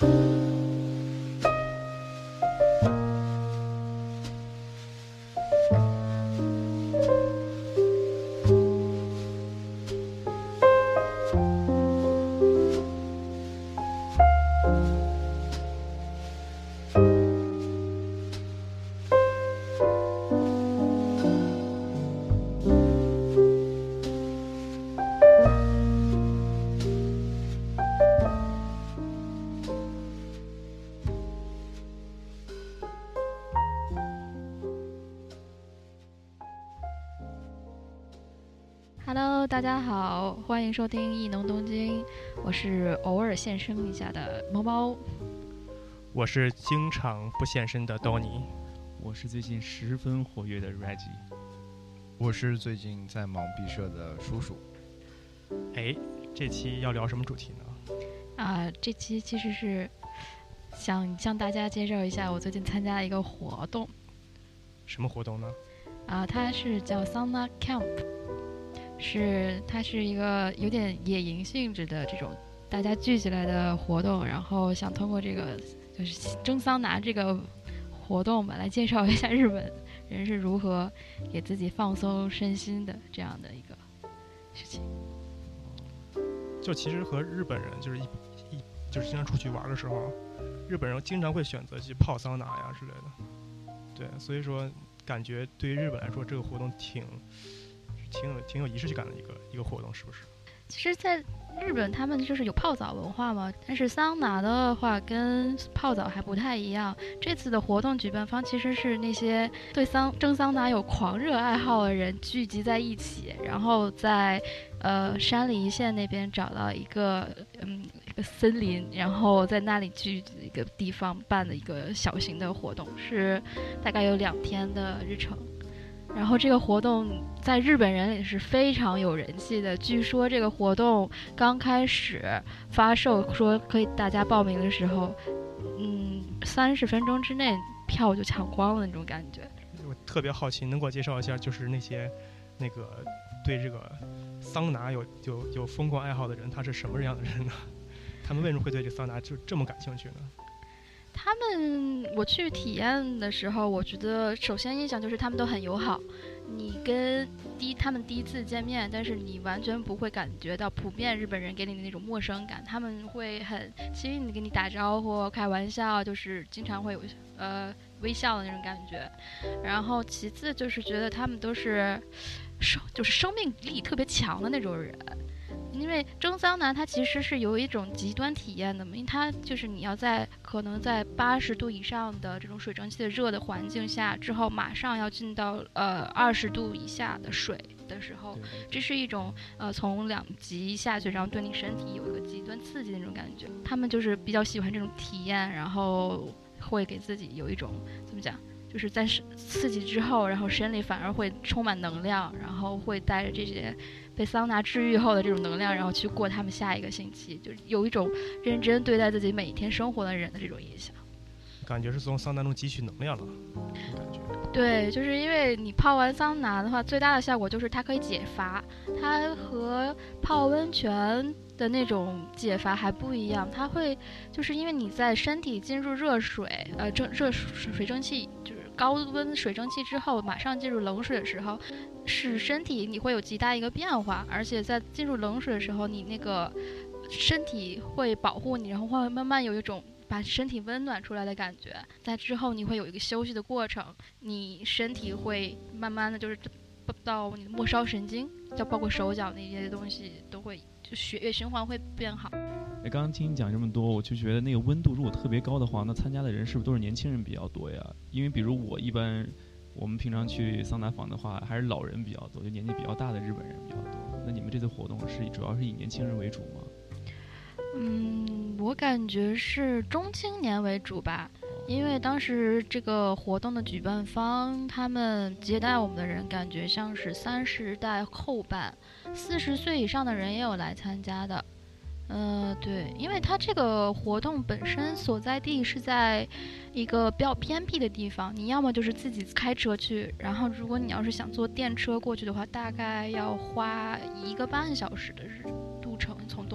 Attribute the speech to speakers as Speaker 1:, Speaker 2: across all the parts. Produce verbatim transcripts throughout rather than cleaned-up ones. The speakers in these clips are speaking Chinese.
Speaker 1: Hello， 大家好，欢迎收听艺能东京，我是偶尔现身一下的猫猫，
Speaker 2: 我是经常不现身的 Donny，
Speaker 3: 我是最近十分活跃的 Reggie，
Speaker 4: 我是最近在忙毕设的叔叔。
Speaker 2: 哎，这期要聊什么主题呢？
Speaker 1: 啊、呃，这期其实是想向大家介绍一下我最近参加的一个活动。
Speaker 2: 什么活动呢？
Speaker 1: 啊、呃，它是叫 Sauna Camp。是，它是一个有点野营性质的这种大家聚起来的活动，然后想通过这个就是蒸桑拿这个活动吧，来介绍一下日本人是如何给自己放松身心的这样的一个事情。
Speaker 2: 就其实和日本人就是一一就是经常出去玩的时候，日本人经常会选择去泡桑拿呀之类的。对，所以说感觉对于日本来说，这个活动挺。挺有挺有仪式感的一个一个活动，是不是？
Speaker 1: 其实，在日本他们就是有泡澡文化嘛，但是桑拿的话跟泡澡还不太一样。这次的活动举办方其实是那些对桑蒸桑拿有狂热爱好的人聚集在一起，然后在呃山梨县那边找到一个嗯一个森林，然后在那里聚一个地方办的一个小型的活动，是大概有两天的日程。然后这个活动在日本人里是非常有人气的，据说这个活动刚开始发售说可以大家报名的时候，嗯，三十分钟之内票就抢光了那种感觉。
Speaker 2: 我特别好奇，能给我介绍一下，就是那些那个对这个桑拿有有有疯狂爱好的人，他是什么样的人呢？他们为什么会对这桑拿就这么感兴趣呢？
Speaker 1: 他们我去体验的时候，我觉得首先印象就是他们都很友好。你跟第一他们第一次见面，但是你完全不会感觉到普遍日本人给你的那种陌生感，他们会很亲密的跟你打招呼、开玩笑，就是经常会有呃微笑的那种感觉。然后其次就是觉得他们都是生就是生命力特别强的那种人。因为蒸桑拿它其实是有一种极端体验的嘛，因为它就是你要在可能在八十度以上的这种水蒸气的热的环境下之后，马上要进到呃二十度以下的水的时候，这是一种呃从两极下去，然后对你身体有一个极端刺激的那种感觉。他们就是比较喜欢这种体验，然后会给自己有一种怎么讲？就是在刺激之后，然后身体反而会充满能量，然后会带着这些被桑拿治愈后的这种能量，然后去过他们下一个星期，就是有一种认真对待自己每一天生活的人的这种印象。
Speaker 2: 感觉是从桑拿中汲取能量了，感觉。
Speaker 1: 对，就是因为你泡完桑拿的话，最大的效果就是它可以解乏，它和泡温泉的那种解乏还不一样，它会就是因为你在身体进入热水，呃，蒸热水水蒸气就是高温水蒸气之后，马上进入冷水的时候，使身体你会有极大一个变化，而且在进入冷水的时候，你那个身体会保护你，然后会慢慢有一种把身体温暖出来的感觉。在之后你会有一个休息的过程，你身体会慢慢的就是到你的末梢神经，就包括手脚那些东西都会，就血液循环会变好。
Speaker 3: 哎，刚刚听你讲这么多，我就觉得那个温度如果特别高的话，那参加的人是不是都是年轻人比较多呀？因为比如我一般，我们平常去桑拿房的话，还是老人比较多，就年纪比较大的日本人比较多。那你们这次活动是主要是以年轻人为主吗？
Speaker 1: 嗯，我感觉是中青年为主吧，因为当时这个活动的举办方，他们接待我们的人，感觉像是三十代后半，四十岁以上的人也有来参加的。呃，对，因为它这个活动本身所在地是在一个比较偏僻的地方，你要么就是自己开车去，然后如果你要是想坐电车过去的话，大概要花一个半小时的路程从东京过去。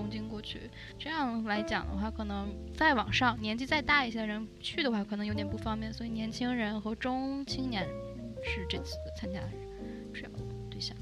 Speaker 1: 去。这样来讲的话，可能再往上年纪再大一些的人去的话，可能有点不方便，所以年轻人和中青年是这次的参加的主要对象。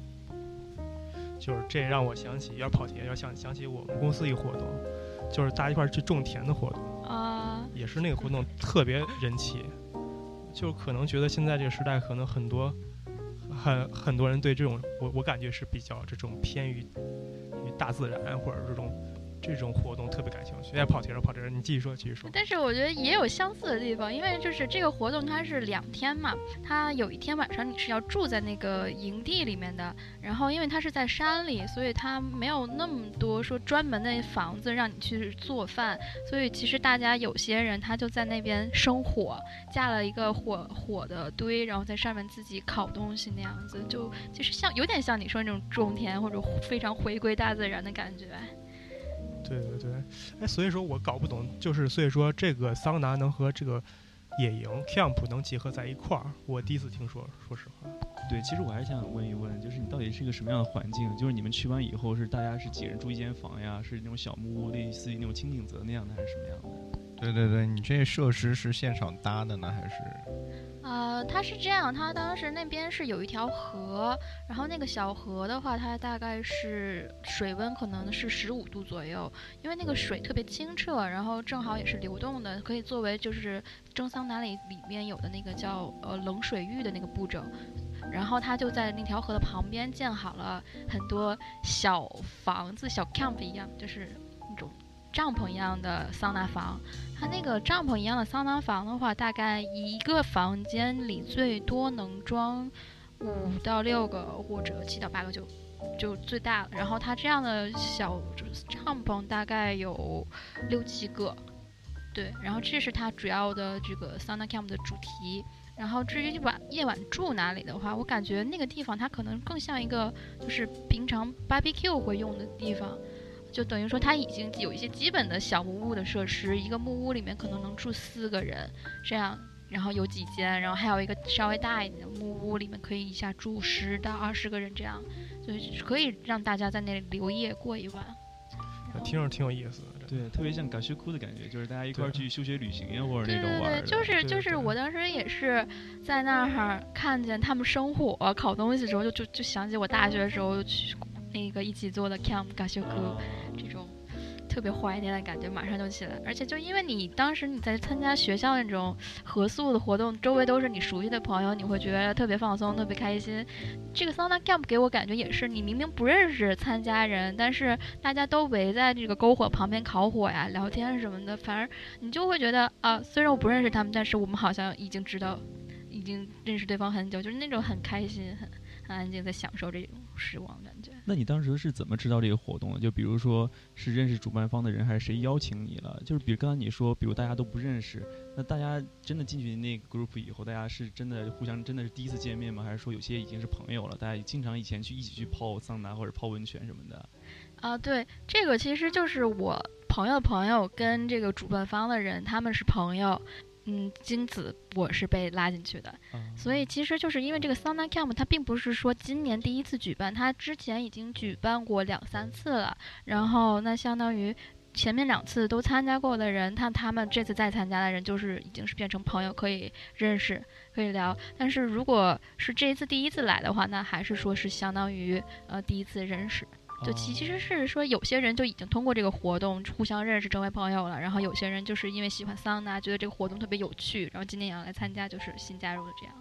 Speaker 2: 就是这让我想起，要跑题，要想想起我们公司一个活动，就是大家一块儿去种田的活动
Speaker 1: 啊，
Speaker 2: 也是那个活动特别人气，就可能觉得现在这个时代，可能很多很很多人对这种我我感觉是比较这种偏于于大自然或者这种这种活动特别感兴趣。哎，跑题了，跑题了，你继续说，继续说。
Speaker 1: 但是我觉得也有相似的地方，因为就是这个活动它是两天嘛，它有一天晚上你是要住在那个营地里面的，然后因为它是在山里，所以它没有那么多说专门的房子让你去做饭，所以其实大家有些人他就在那边生火，架了一个火火的堆，然后在上面自己烤东西那样子，就其实像有点像你说那种种田或者非常回归大自然的感觉。
Speaker 2: 对对对，哎，所以说我搞不懂，就是所以说这个桑拿能和这个野营 camp 能结合在一块儿，我第一次听说，说实话。
Speaker 3: 对，其实我还想问一问，就是你到底是一个什么样的环境？就是你们去完以后是大家是几人住一间房呀？是那种小木屋，类似于那种青井泽那样的，还是什么样的？
Speaker 4: 对对对，你这设施是现场搭的呢，还是？
Speaker 1: 呃，它是这样，它当时那边是有一条河，然后那个小河的话，它大概是水温可能是十五度左右，因为那个水特别清澈，然后正好也是流动的，可以作为就是蒸桑拿里里面有的那个叫呃冷水浴的那个步骤。然后他就在那条河的旁边建好了很多小房子，小 camp 一样，就是那种帐篷一样的桑拿房。它那个帐篷一样的桑拿房的话，大概一个房间里最多能装五到六个或者七到八个就就最大了。然后它这样的小帐篷大概有六七个，对。然后这是它主要的这个桑拿 camp 的主题。然后至于晚夜晚住哪里的话，我感觉那个地方它可能更像一个就是平常 barbecue 会用的地方，就等于说它已经有一些基本的小木屋的设施，一个木屋里面可能能住四个人这样，然后有几间，然后还有一个稍微大一点的木屋里面可以一下住十到二十个人这样，所以可以让大家在那里留夜过一晚。
Speaker 2: 听着挺有意思的。
Speaker 3: 对，特别像嘎修库的感觉，就是大家一块儿去休学旅行呀，或者那种玩的。
Speaker 1: 对对对，就是就是我当时也是在那儿看见他们生火烤东西的时候，就就就想起我大学的时候去那个一起做的 camp 嘎修库，这种特别怀念的感觉马上就起来。而且就因为你当时你在参加学校那种合宿的活动，周围都是你熟悉的朋友，你会觉得特别放松，特别开心。这个桑拿 camp 给我感觉也是，你明明不认识参加人，但是大家都围在这个篝火旁边烤火呀、聊天什么的，反而你就会觉得啊，虽然我不认识他们，但是我们好像已经知道，已经认识对方很久，就是那种很开心、很很安静，在享受这种时光感觉。
Speaker 3: 那你当时是怎么知道这个活动的？就比如说是认识主办方的人，还是谁邀请你了？就是比如刚才你说，比如大家都不认识，那大家真的进去那个 group 以后，大家是真的互相真的是第一次见面吗？还是说有些已经是朋友了，大家经常以前去一起去泡桑拿或者泡温泉什么的？
Speaker 1: 啊、呃，对，这个其实就是我朋友的朋友跟这个主办方的人，他们是朋友。嗯，金子我是被拉进去的，嗯、所以其实就是因为这个桑拿 camp 它并不是说今年第一次举办，它之前已经举办过两三次了，然后那相当于前面两次都参加过的人，他他们这次再参加的人就是已经是变成朋友，可以认识可以聊。但是如果是这一次第一次来的话，那还是说是相当于呃第一次认识。就其其实是说，有些人就已经通过这个活动互相认识，成为朋友了。然后有些人就是因为喜欢桑拿，觉得这个活动特别有趣，然后今年也要来参加，就是新加入的这样。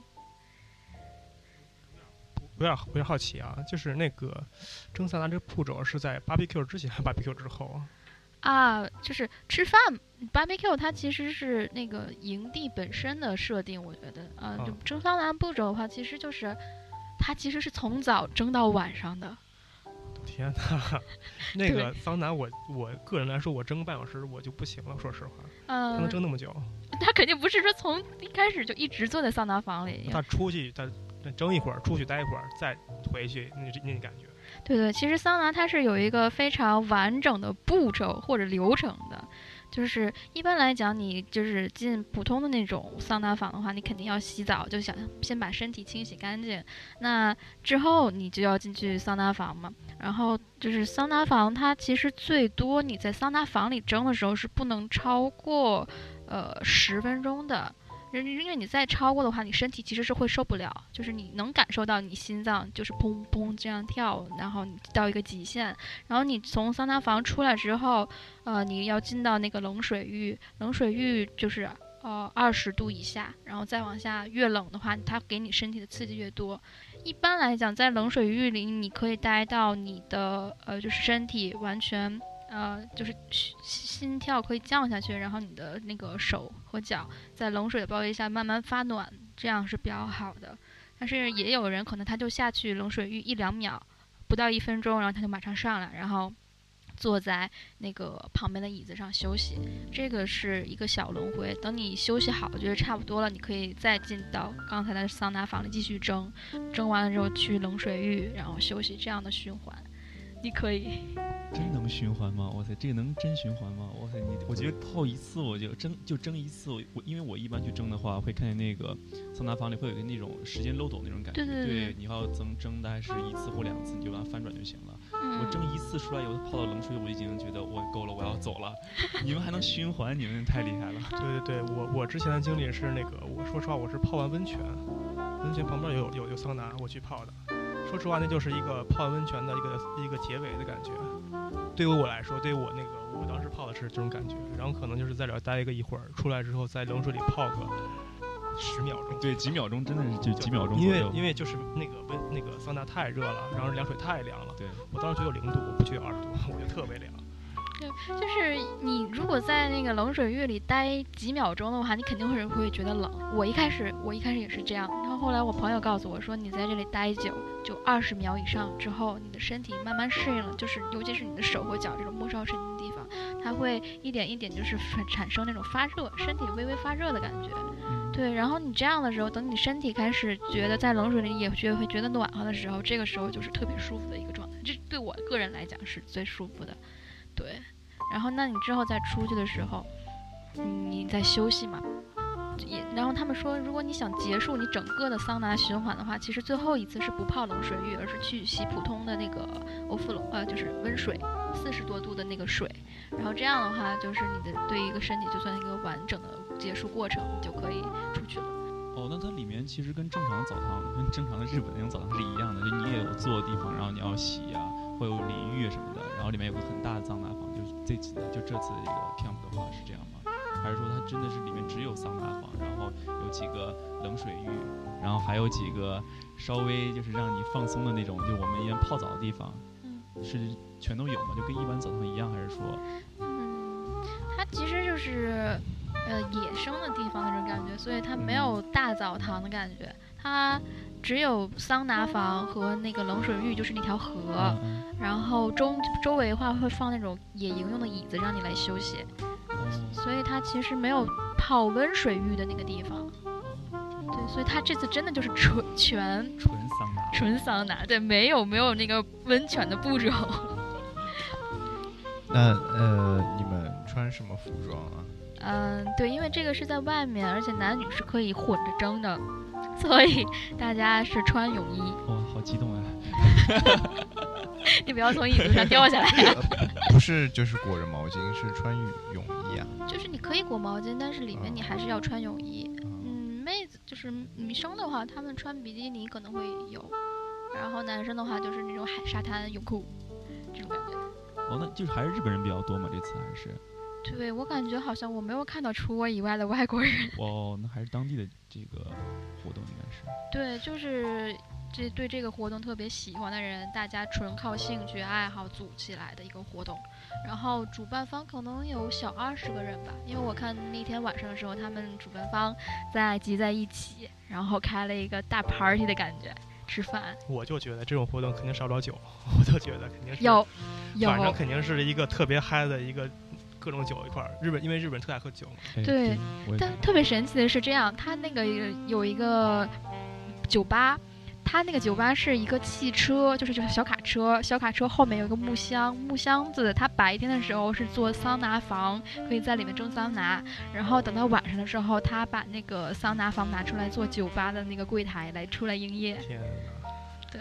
Speaker 2: 我有点我有点好奇啊，就是那个蒸桑拿这个步骤是在 barbecue 之前还是 barbecue 之后
Speaker 1: 啊？就是吃饭 barbecue 它其实是那个营地本身的设定，我觉得啊，就蒸桑拿步骤的话，其实就是它其实是从早蒸到晚上的。
Speaker 2: 天哪，那个桑拿我我个人来说，我蒸半小时我就不行了，说实话。嗯，他能蒸那么久？
Speaker 1: 他肯定不是说从一开始就一直坐在桑拿房里。
Speaker 2: 他出去，他蒸一会儿，出去待一会儿，再回去，那那感觉。
Speaker 1: 对对，其实桑拿它是有一个非常完整的步骤或者流程的。就是一般来讲，你就是进普通的那种桑拿房的话，你肯定要洗澡，就想先把身体清洗干净。那之后你就要进去桑拿房嘛。 然后就是桑拿房，它其实最多你在桑拿房里蒸的时候是不能超过呃十分钟的。因为你再超过的话，你身体其实是会受不了，就是你能感受到你心脏就是砰砰这样跳，然后你到一个极限。然后你从桑拿房出来之后，呃，你要进到那个冷水浴，冷水浴就是呃二十度以下，然后再往下越冷的话，它给你身体的刺激越多。一般来讲，在冷水浴里，你可以待到你的呃就是身体完全。呃，就是心跳可以降下去，然后你的那个手和脚在冷水的包围下慢慢发暖，这样是比较好的。但是也有人可能他就下去冷水浴一两秒，不到一分钟，然后他就马上上来，然后坐在那个旁边的椅子上休息。这个是一个小轮回。等你休息好，觉得差不多了，你可以再进到刚才的桑拿房里继续蒸，蒸完了之后去冷水浴，然后休息，这样的循环。你可以
Speaker 3: 真能循环吗？哇塞，这个能真循环吗？哇塞，你我觉得泡一次我就蒸就蒸一次，我我因为我一般去蒸的话，会看见那个桑拿房里会有一个那种时间漏斗那种感觉，
Speaker 1: 对对对，
Speaker 3: 对你要蒸蒸大概是一次或两次，你就把它翻转就行了。
Speaker 1: 嗯、
Speaker 3: 我蒸一次出来以后泡到冷水，我已经觉得我够了，我要走了。你们还能循环，你们太厉害了。
Speaker 2: 对对对，我我之前的经历是那个，我说实话，我是泡完温泉，温泉旁边有有有桑拿，我去泡的。说实话，那就是一个泡完温泉的一个一个结尾的感觉。对于我来说，对于我那个我当时泡的是这种感觉，然后可能就是在这儿待一个一会儿，出来之后在冷水里泡个十秒钟。
Speaker 3: 对，几秒钟真的是就几秒钟
Speaker 2: 因为因为就是那个温那个桑拿太热了，然后凉水太凉了。
Speaker 3: 对，
Speaker 2: 我当时觉得有零度，我不觉得有二十度，我觉得特别凉。
Speaker 1: 对，就是你如果在那个冷水浴里待几秒钟的话，你肯定会会觉得冷。我一开始我一开始也是这样，然后后来我朋友告诉我说，你在这里待久，就二十秒以上之后，你的身体慢慢适应了，就是尤其是你的手和脚这种末梢神经的地方，它会一点一点就是产生那种发热，身体微微发热的感觉。对，然后你这样的时候，等你身体开始觉得在冷水里也觉得会觉得暖和的时候，这个时候就是特别舒服的一个状态，这对我个人来讲是最舒服的。对，然后那你之后再出去的时候，嗯、你在休息嘛，也然后他们说，如果你想结束你整个的桑拿循环的话，其实最后一次是不泡冷水浴，而是去洗普通的那个欧芙龙，呃，就是温水，四十多度的那个水。然后这样的话，就是你的对一个身体就算一个完整的结束过程，你就可以出去了。
Speaker 3: 哦，那它里面其实跟正常的澡堂，跟正常的日本那种澡堂是一样的，就你也有坐的地方，然后你要洗啊，会有淋浴什么的，然后里面有个很大的桑拿房。就是这次就这次这个 camp 的话是这样吗？还是说它真的是里面只有桑拿房，然后有几个冷水浴，然后还有几个稍微就是让你放松的那种，就我们一般泡澡的地方，
Speaker 1: 嗯，
Speaker 3: 是全都有吗？就跟一般澡堂一样，还是说？
Speaker 1: 嗯，它其实就是呃野生的地方那种感觉，所以它没有大澡堂的感觉，它只有桑拿房和那个冷水浴，就是那条河，
Speaker 3: 嗯嗯
Speaker 1: 然后周周围的话会放那种野营用的椅子让你来休息，
Speaker 3: 哦、
Speaker 1: 所以它其实没有泡温水浴的那个地方。对，所以它这次真的就是纯全
Speaker 3: 纯桑拿，
Speaker 1: 纯桑拿，对，没有没有那个温泉的步骤。
Speaker 4: 那呃，你们穿什么服装啊？
Speaker 1: 嗯，对，因为这个是在外面，而且男女是可以混着蒸的，所以大家是穿泳衣。
Speaker 3: 哇，好激动啊！
Speaker 1: 你不要从椅子上掉下来呀、
Speaker 4: 呃！不是，就是裹着毛巾，是穿泳衣啊。
Speaker 1: 就是你可以裹毛巾，但是里面你还是要穿泳衣。嗯，妹子就是女生的话，她们穿比基尼可能会有，然后男生的话就是那种海沙滩泳裤这种感觉。
Speaker 3: 哦，那就是还是日本人比较多嘛？这次还是？
Speaker 1: 对，我感觉好像我没有看到除我以外的外国人。
Speaker 3: 哦，那还是当地的这个活动应该是。
Speaker 1: 对，就是这对这个活动特别喜欢的人，大家纯靠兴趣爱好组起来的一个活动。然后主办方可能有小二十个人吧，因为我看那天晚上的时候，他们主办方在集在一起，然后开了一个大 party 的感觉。吃饭，
Speaker 2: 我就觉得这种活动肯定少不了酒，我就觉得肯定是
Speaker 1: 有有，
Speaker 2: 晚上肯定是一个特别嗨的一个各种酒一块儿。日本因为日本特爱喝酒嘛，
Speaker 1: 对，但特别神奇的是这样，他那个有一个酒吧。它那个酒吧是一个汽车，就是就是小卡车，小卡车后面有一个木箱，木箱子它白天的时候是做桑拿房，可以在里面蒸桑拿，然后等到晚上的时候，他把那个桑拿房拿出来做酒吧的那个柜台来出来营业。
Speaker 2: 天哪！
Speaker 1: 对，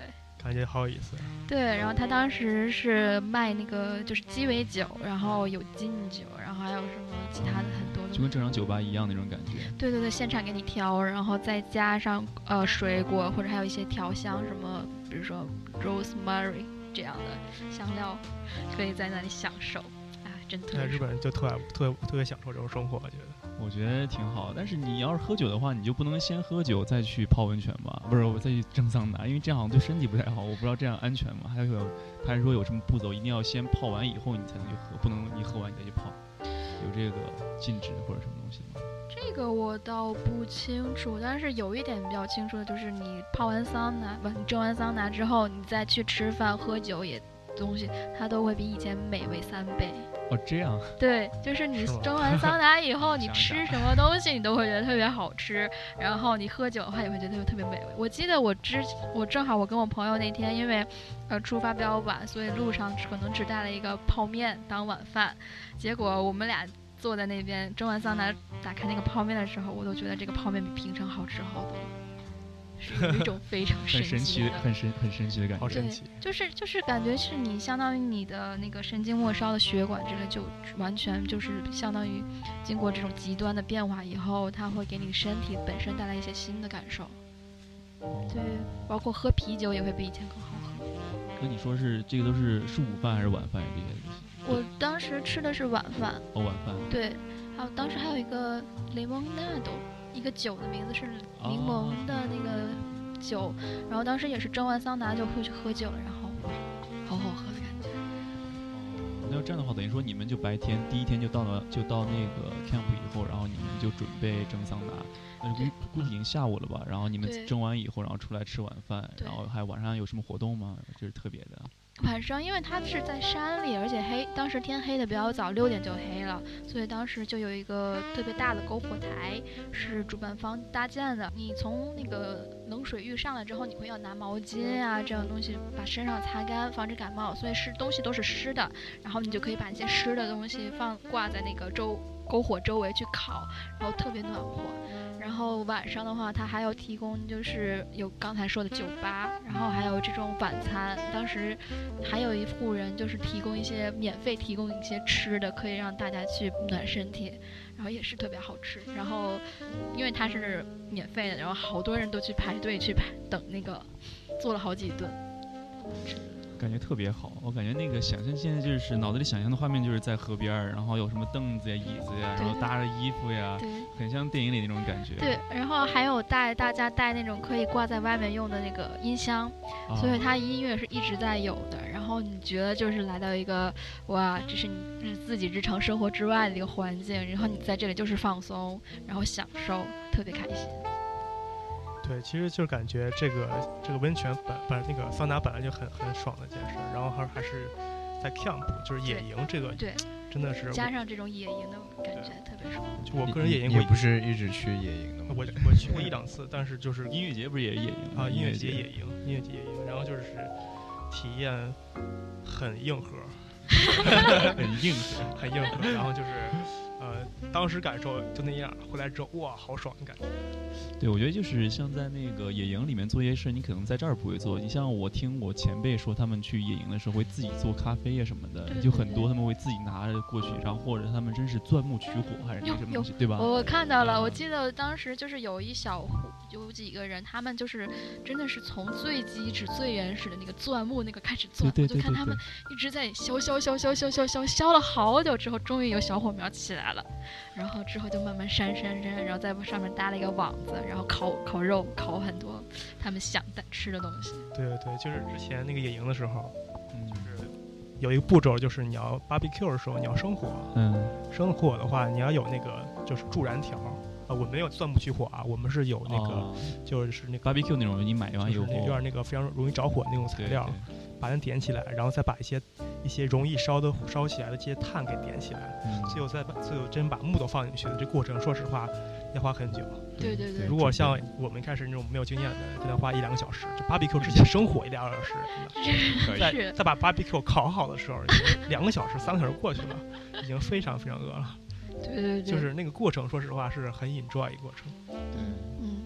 Speaker 2: 感觉好有意思。
Speaker 1: 对，然后他当时是卖那个就是鸡尾酒，然后有金酒，然后还有什么其他的很多的，
Speaker 3: 就跟正常酒吧一样那种感觉。
Speaker 1: 对对对，现场给你挑，然后再加上呃水果或者还有一些调香什么，比如说 rosemary 这样的香料，可以在那里享受。啊，真特别爽。
Speaker 2: 日本人就特爱特特别享受这种生活，我觉得。
Speaker 3: 我觉得挺好，但是你要是喝酒的话，你就不能先喝酒再去泡温泉吧？不是，我再去蒸桑拿，因为这样好像对身体不太好。我不知道这样安全吗？还有，他还说有什么步骤，一定要先泡完以后你才能去喝，不能你喝完你再去泡，有这个禁止或者什么东西吗？
Speaker 1: 这个我倒不清楚，但是有一点比较清楚的就是，你泡完桑拿，不，你蒸完桑拿之后，你再去吃饭喝酒也东西，它都会比以前美味三倍。
Speaker 3: 哦，这样。
Speaker 1: 对，就是你蒸完桑拿以后，你吃什么东西你都会觉得特别好吃，然后你喝酒的话也会觉得特别特别美味。我记得我之我正好我跟我朋友那天因为呃出发比较晚，所以路上可能只带了一个泡面当晚饭，结果我们俩坐在那边蒸完桑拿，打开那个泡面的时候，我都觉得这个泡面比平常好吃好多。是有一种非常
Speaker 3: 很神奇的、很神、很神奇的感觉。
Speaker 2: 好神奇。
Speaker 1: 就是就是感觉是你相当于你的那个神经末梢的血管之类，就完全就是相当于经过这种极端的变化以后，它会给你身体本身带来一些新的感受。
Speaker 3: 哦、
Speaker 1: 对，包括喝啤酒也会比以前更好喝。
Speaker 3: 那你说是这个都是是午饭还是晚饭这些东西？
Speaker 1: 我当时吃的是晚饭。
Speaker 3: 哦，晚饭。
Speaker 1: 对，还有当时还有一个雷蒙纳多。一个酒的名字是柠檬的那个酒，哦、然后当时也是蒸完桑拿就会去喝酒了，然后哇，好好喝的感觉。
Speaker 3: 哦，那要这样的话，等于说你们就白天第一天就到了，就到那个 camp 以后，然后你们就准备蒸桑拿，那估估计已经下午了吧？然后你们蒸完以后，然后出来吃晚饭，然后还晚上有什么活动吗？这是特别的。
Speaker 1: 晚上因为它是在山里，而且黑，当时天黑的比较早，六点就黑了，所以当时就有一个特别大的篝火台，是主办方搭建的。你从那个冷水浴上来之后，你会要拿毛巾啊这样的东西把身上擦干，防止感冒，所以是东西都是湿的。然后你就可以把那些湿的东西放挂在那个周篝火周围去烤，然后特别暖和。然后晚上的话，它还有提供就是有刚才说的酒吧，然后还有这种晚餐。当时还有一户人就是提供一些免费提供一些吃的，可以让大家去暖身体，然后也是特别好吃。然后因为它是免费的，然后好多人都去排队去排等那个，做了好几顿。
Speaker 3: 感觉特别好，我感觉那个想象现在就是脑子里想象的画面就是在河边，然后有什么凳子呀、椅子呀，然后搭着衣服呀，很像电影里那种感觉。
Speaker 1: 对，然后还有带大家带那种可以挂在外面用的那个音箱，啊、所以它音乐是一直在有的。然后你觉得就是来到一个哇，这是你自己日常生活之外的一个环境，然后你在这里就是放松，然后享受，特别开心。
Speaker 2: 对，其实就是感觉这个这个温泉本本那个桑拿本来就很很爽的一件事，然后还还是在 camp 就是野营这个，
Speaker 1: 对，
Speaker 2: 真的是
Speaker 1: 加上这种野营的感觉特别爽。
Speaker 2: 就我个人野营过，
Speaker 4: 也不是一直去野营的吗？
Speaker 2: 我我去过一两次，但是就是
Speaker 3: 音乐节不是也是野营
Speaker 2: 啊？音乐节野营，音乐节野营，然后就是体验很硬核，
Speaker 3: 很硬核，
Speaker 2: 很硬核，然后就是。呃，当时感受就那样，回来之后哇，好爽的感觉。
Speaker 3: 对，我觉得就是像在那个野营里面做一些事，你可能在这儿不会做。你像我听我前辈说，他们去野营的时候会自己做咖啡啊什么的，
Speaker 1: 对对对
Speaker 3: 就很多他们会自己拿着过去，然后或者他们真是钻木取火还是那什么东西，对吧？
Speaker 1: 我看到了、啊，我记得当时就是有一小户，有几个人，他们就是真的是从最基础、最原始的那个钻木那个开始钻，
Speaker 3: 对对对对对，
Speaker 1: 我就看他们一直在削削削削削削削削了好久之后，终于有小火苗起来了。然后之后就慢慢扇扇扇，然后在上面搭了一个网子，然后烤烤肉，烤很多他们想吃的东西。
Speaker 2: 对对对，就是之前那个野营的时候，嗯，就是有一个步骤，就是你要 barbecue 的时候你要生火，
Speaker 3: 嗯，
Speaker 2: 生火的话你要有那个就是助燃条。啊，我们没有钻木取火啊，我们是有那个，哦、就是那个
Speaker 3: barbecue 那种，你买完以后，
Speaker 2: 就是有点那个非常容易着火的那种材料，把它点起来，然后再把一些一些容易烧的烧起来的这些炭给点起来，嗯、最后再把最后真把木头放进去的这过程，说实话要花很久。
Speaker 1: 对对对。
Speaker 2: 如果像我们开始那种没有经验的，可能花一两个小时。就 barbecue 之前生火一两个小时，再再把 barbecue 烤好的时候，两个小时、三个小时过去了，已经非常非常饿了。
Speaker 1: 对对对，
Speaker 2: 就是那个过程，说实话是很 enjoy 一个过程。
Speaker 1: 嗯嗯，对，你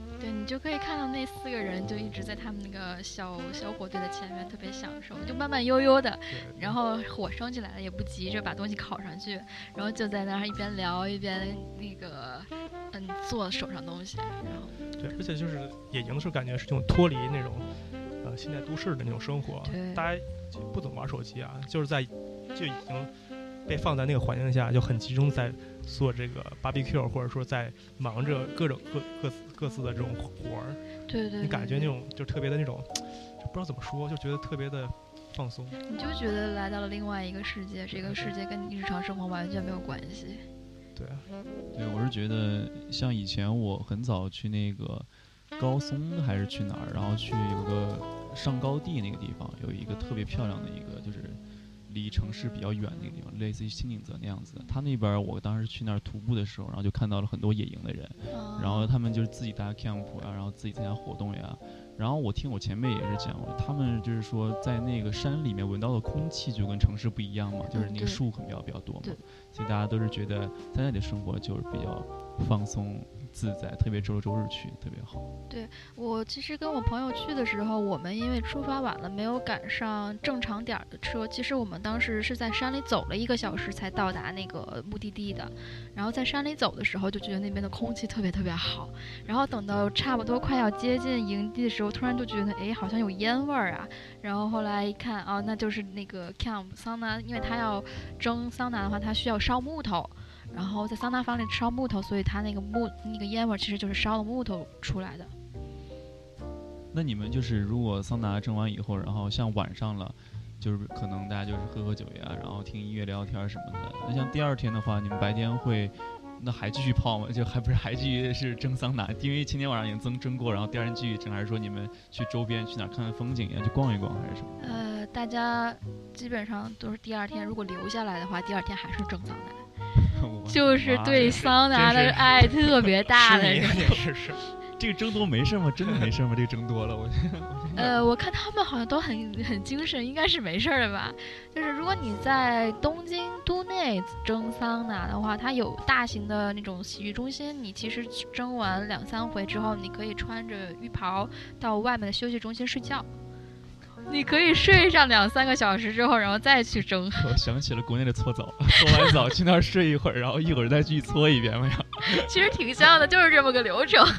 Speaker 1: 就可以看到那四个人就一直在他们那个小小火堆的前面特别享受，就慢慢悠悠的，然后火升起来了也不急着把东西烤上去，然后就在那儿一边聊一边那个嗯做手上东西，然后
Speaker 2: 对，而且就是野营的时候感觉是这种脱离那种呃现代都市的那种生活，大家就不怎么玩手机啊，就是在就已经被放在那个环境下，就很集中在做这个 barbecue， 或者说在忙着各种各各各自的这种活儿。
Speaker 1: 对 对, 对，
Speaker 2: 你感觉那种就特别的那种，就不知道怎么说，就觉得特别的放松。
Speaker 1: 你就觉得来到了另外一个世界，这个世界跟你日常生活完全没有关系。
Speaker 2: 对啊，
Speaker 3: 对，我是觉得像以前我很早去那个高松还是去哪儿，然后去有个上高地那个地方，有一个特别漂亮的一个就是离城市比较远的一个地方，类似于新景泽那样子的。他那边我当时去那儿徒步的时候，然后就看到了很多野营的人，
Speaker 1: 哦、
Speaker 3: 然后他们就是自己搭 camp 啊，然后自己参加活动呀。然后我听我前辈也是讲，他们就是说在那个山里面闻到的空气就跟城市不一样嘛，就是那个树可能比较比较多嘛，所以大家都是觉得在那里的生活就是比较放松自在，特别周六周日去特别好。
Speaker 1: 对，我其实跟我朋友去的时候，我们因为出发晚了，没有赶上正常点的车。其实我们当时是在山里走了一个小时才到达那个目的地的。然后在山里走的时候，就觉得那边的空气特别特别好。然后等到差不多快要接近营地的时候，突然就觉得哎，好像有烟味儿啊。然后后来一看啊，那就是那个 camp 桑拿，因为它要蒸桑拿的话，它需要烧木头。然后在桑拿房里烧木头，所以它那个木那个烟味其实就是烧了木头出来的。
Speaker 3: 那你们就是如果桑拿蒸完以后，然后像晚上了，就是可能大家就是喝喝酒呀，然后听音乐聊天什么的。那像第二天的话，你们白天会那还继续泡吗？就还不是还继续是蒸桑拿？因为今天晚上已经蒸蒸过，然后第二天继续蒸，还是说你们去周边去哪看看风景呀，去逛一逛还是什么？
Speaker 1: 呃，大家基本上都是第二天，如果留下来的话，第二天还是蒸桑拿。就是对桑拿的爱特别大的人。
Speaker 2: 是是，
Speaker 3: 这个蒸多没事吗？真的没事吗？这个蒸多了，我
Speaker 1: 呃，我看他们好像都很很精神，应该是没事的吧。就是如果你在东京都内蒸桑拿的话，它有大型的那种洗浴中心，你其实蒸完两三回之后，你可以穿着浴袍到外面的休息中心睡觉。你可以睡上两三个小时之后，然后再去蒸。
Speaker 3: 我想起了国内的搓澡，搓完澡去那儿睡一会儿，然后一会儿再继续搓一遍。
Speaker 1: 其实挺像的，就是这么个流程。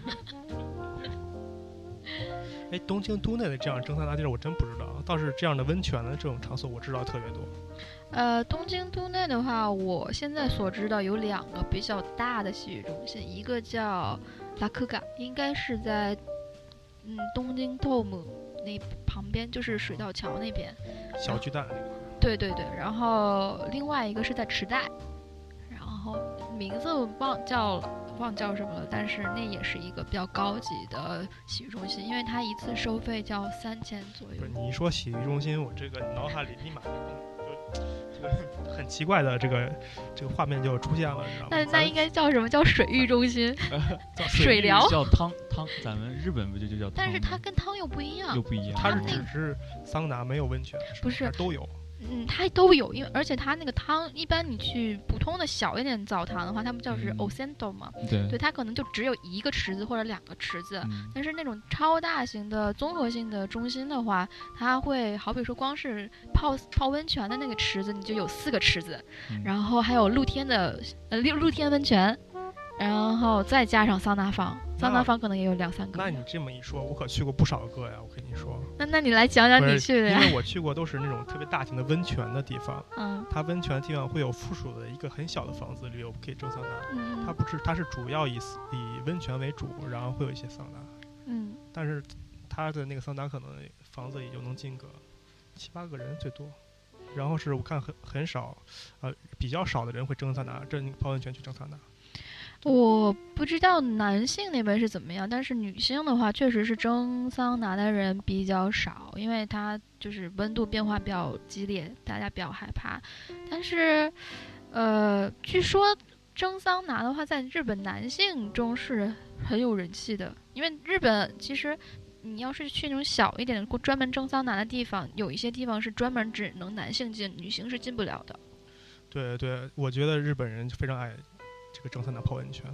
Speaker 2: 哎，东京都内的这样蒸桑拿地儿我真不知道，倒是这样的温泉的这种场所我知道特别多。
Speaker 1: 呃，东京都内的话，我现在所知道有两个比较大的洗浴中心，一个叫拉克嘎，应该是在嗯东京 Dome 那旁边，就是水道桥那边，
Speaker 2: 小巨蛋那个。
Speaker 1: 对对对，然后另外一个是在池袋，然后名字忘叫了，忘叫什么了，但是那也是一个比较高级的洗浴中心，因为它一次收费叫三千左右。
Speaker 2: 不是，你一说洗浴中心，我这个脑海里立马就这个很奇怪的这个这个画面就出现了，你知道吗？
Speaker 1: 那那应该叫什么？叫水浴中心？
Speaker 3: 叫
Speaker 1: 水疗？
Speaker 3: 叫汤汤，咱们日本不就就叫汤？
Speaker 1: 但是它跟汤又不一样，
Speaker 3: 又不一样。
Speaker 2: 它是只是桑拿没有温泉，
Speaker 1: 不是
Speaker 2: 都有。
Speaker 1: 嗯，它都有，因为而且它那个汤，一般你去普通的小一点澡堂的话，他们叫是 onsen 嘛，
Speaker 3: 嗯、对，
Speaker 1: 对，它可能就只有一个池子或者两个池子，
Speaker 3: 嗯、
Speaker 1: 但是那种超大型的综合性的中心的话，它会好比说光是泡泡温泉的那个池子，你就有四个池子，
Speaker 3: 嗯、
Speaker 1: 然后还有露天的呃露露天温泉。然后再加上桑拿房，桑拿房可能也有两三个。
Speaker 2: 那你这么一说，我可去过不少个呀，我跟你说。
Speaker 1: 那那你来讲讲你去的呀？
Speaker 2: 因为我去过都是那种特别大型的温泉的地方，
Speaker 1: 嗯，
Speaker 2: 它温泉的地方会有附属的一个很小的房子里有可以蒸桑拿，
Speaker 1: 嗯，
Speaker 2: 它不是，它是主要以以温泉为主，然后会有一些桑拿，
Speaker 1: 嗯，
Speaker 2: 但是它的那个桑拿可能房子里就能进个七八个人最多。然后是我看很很少，呃，比较少的人会蒸桑拿，蒸泡温泉去蒸桑拿。
Speaker 1: 我不知道男性那边是怎么样，但是女性的话，确实是蒸桑拿的人比较少，因为它就是温度变化比较激烈，大家比较害怕。但是，呃，据说蒸桑拿的话，在日本男性中是很有人气的，因为日本其实你要是去那种小一点的专门蒸桑拿的地方，有一些地方是专门只能男性进，女性是进不了的。
Speaker 2: 对对，我觉得日本人非常爱这个蒸桑拿泡温泉。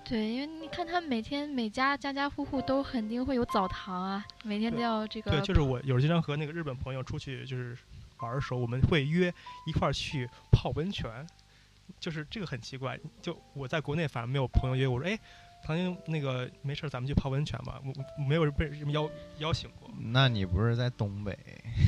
Speaker 1: 对，因为你看他每天每家家家户户都肯定会有澡堂啊，每天都要这个。
Speaker 2: 对，就是我有经常和那个日本朋友出去就是玩的时候，我们会约一块儿去泡温泉，就是这个很奇怪。就我在国内反正没有朋友约我说，哎，唐英那个没事咱们去泡温泉吧，我我没有人被人邀邀请过。
Speaker 4: 那你不是在东北？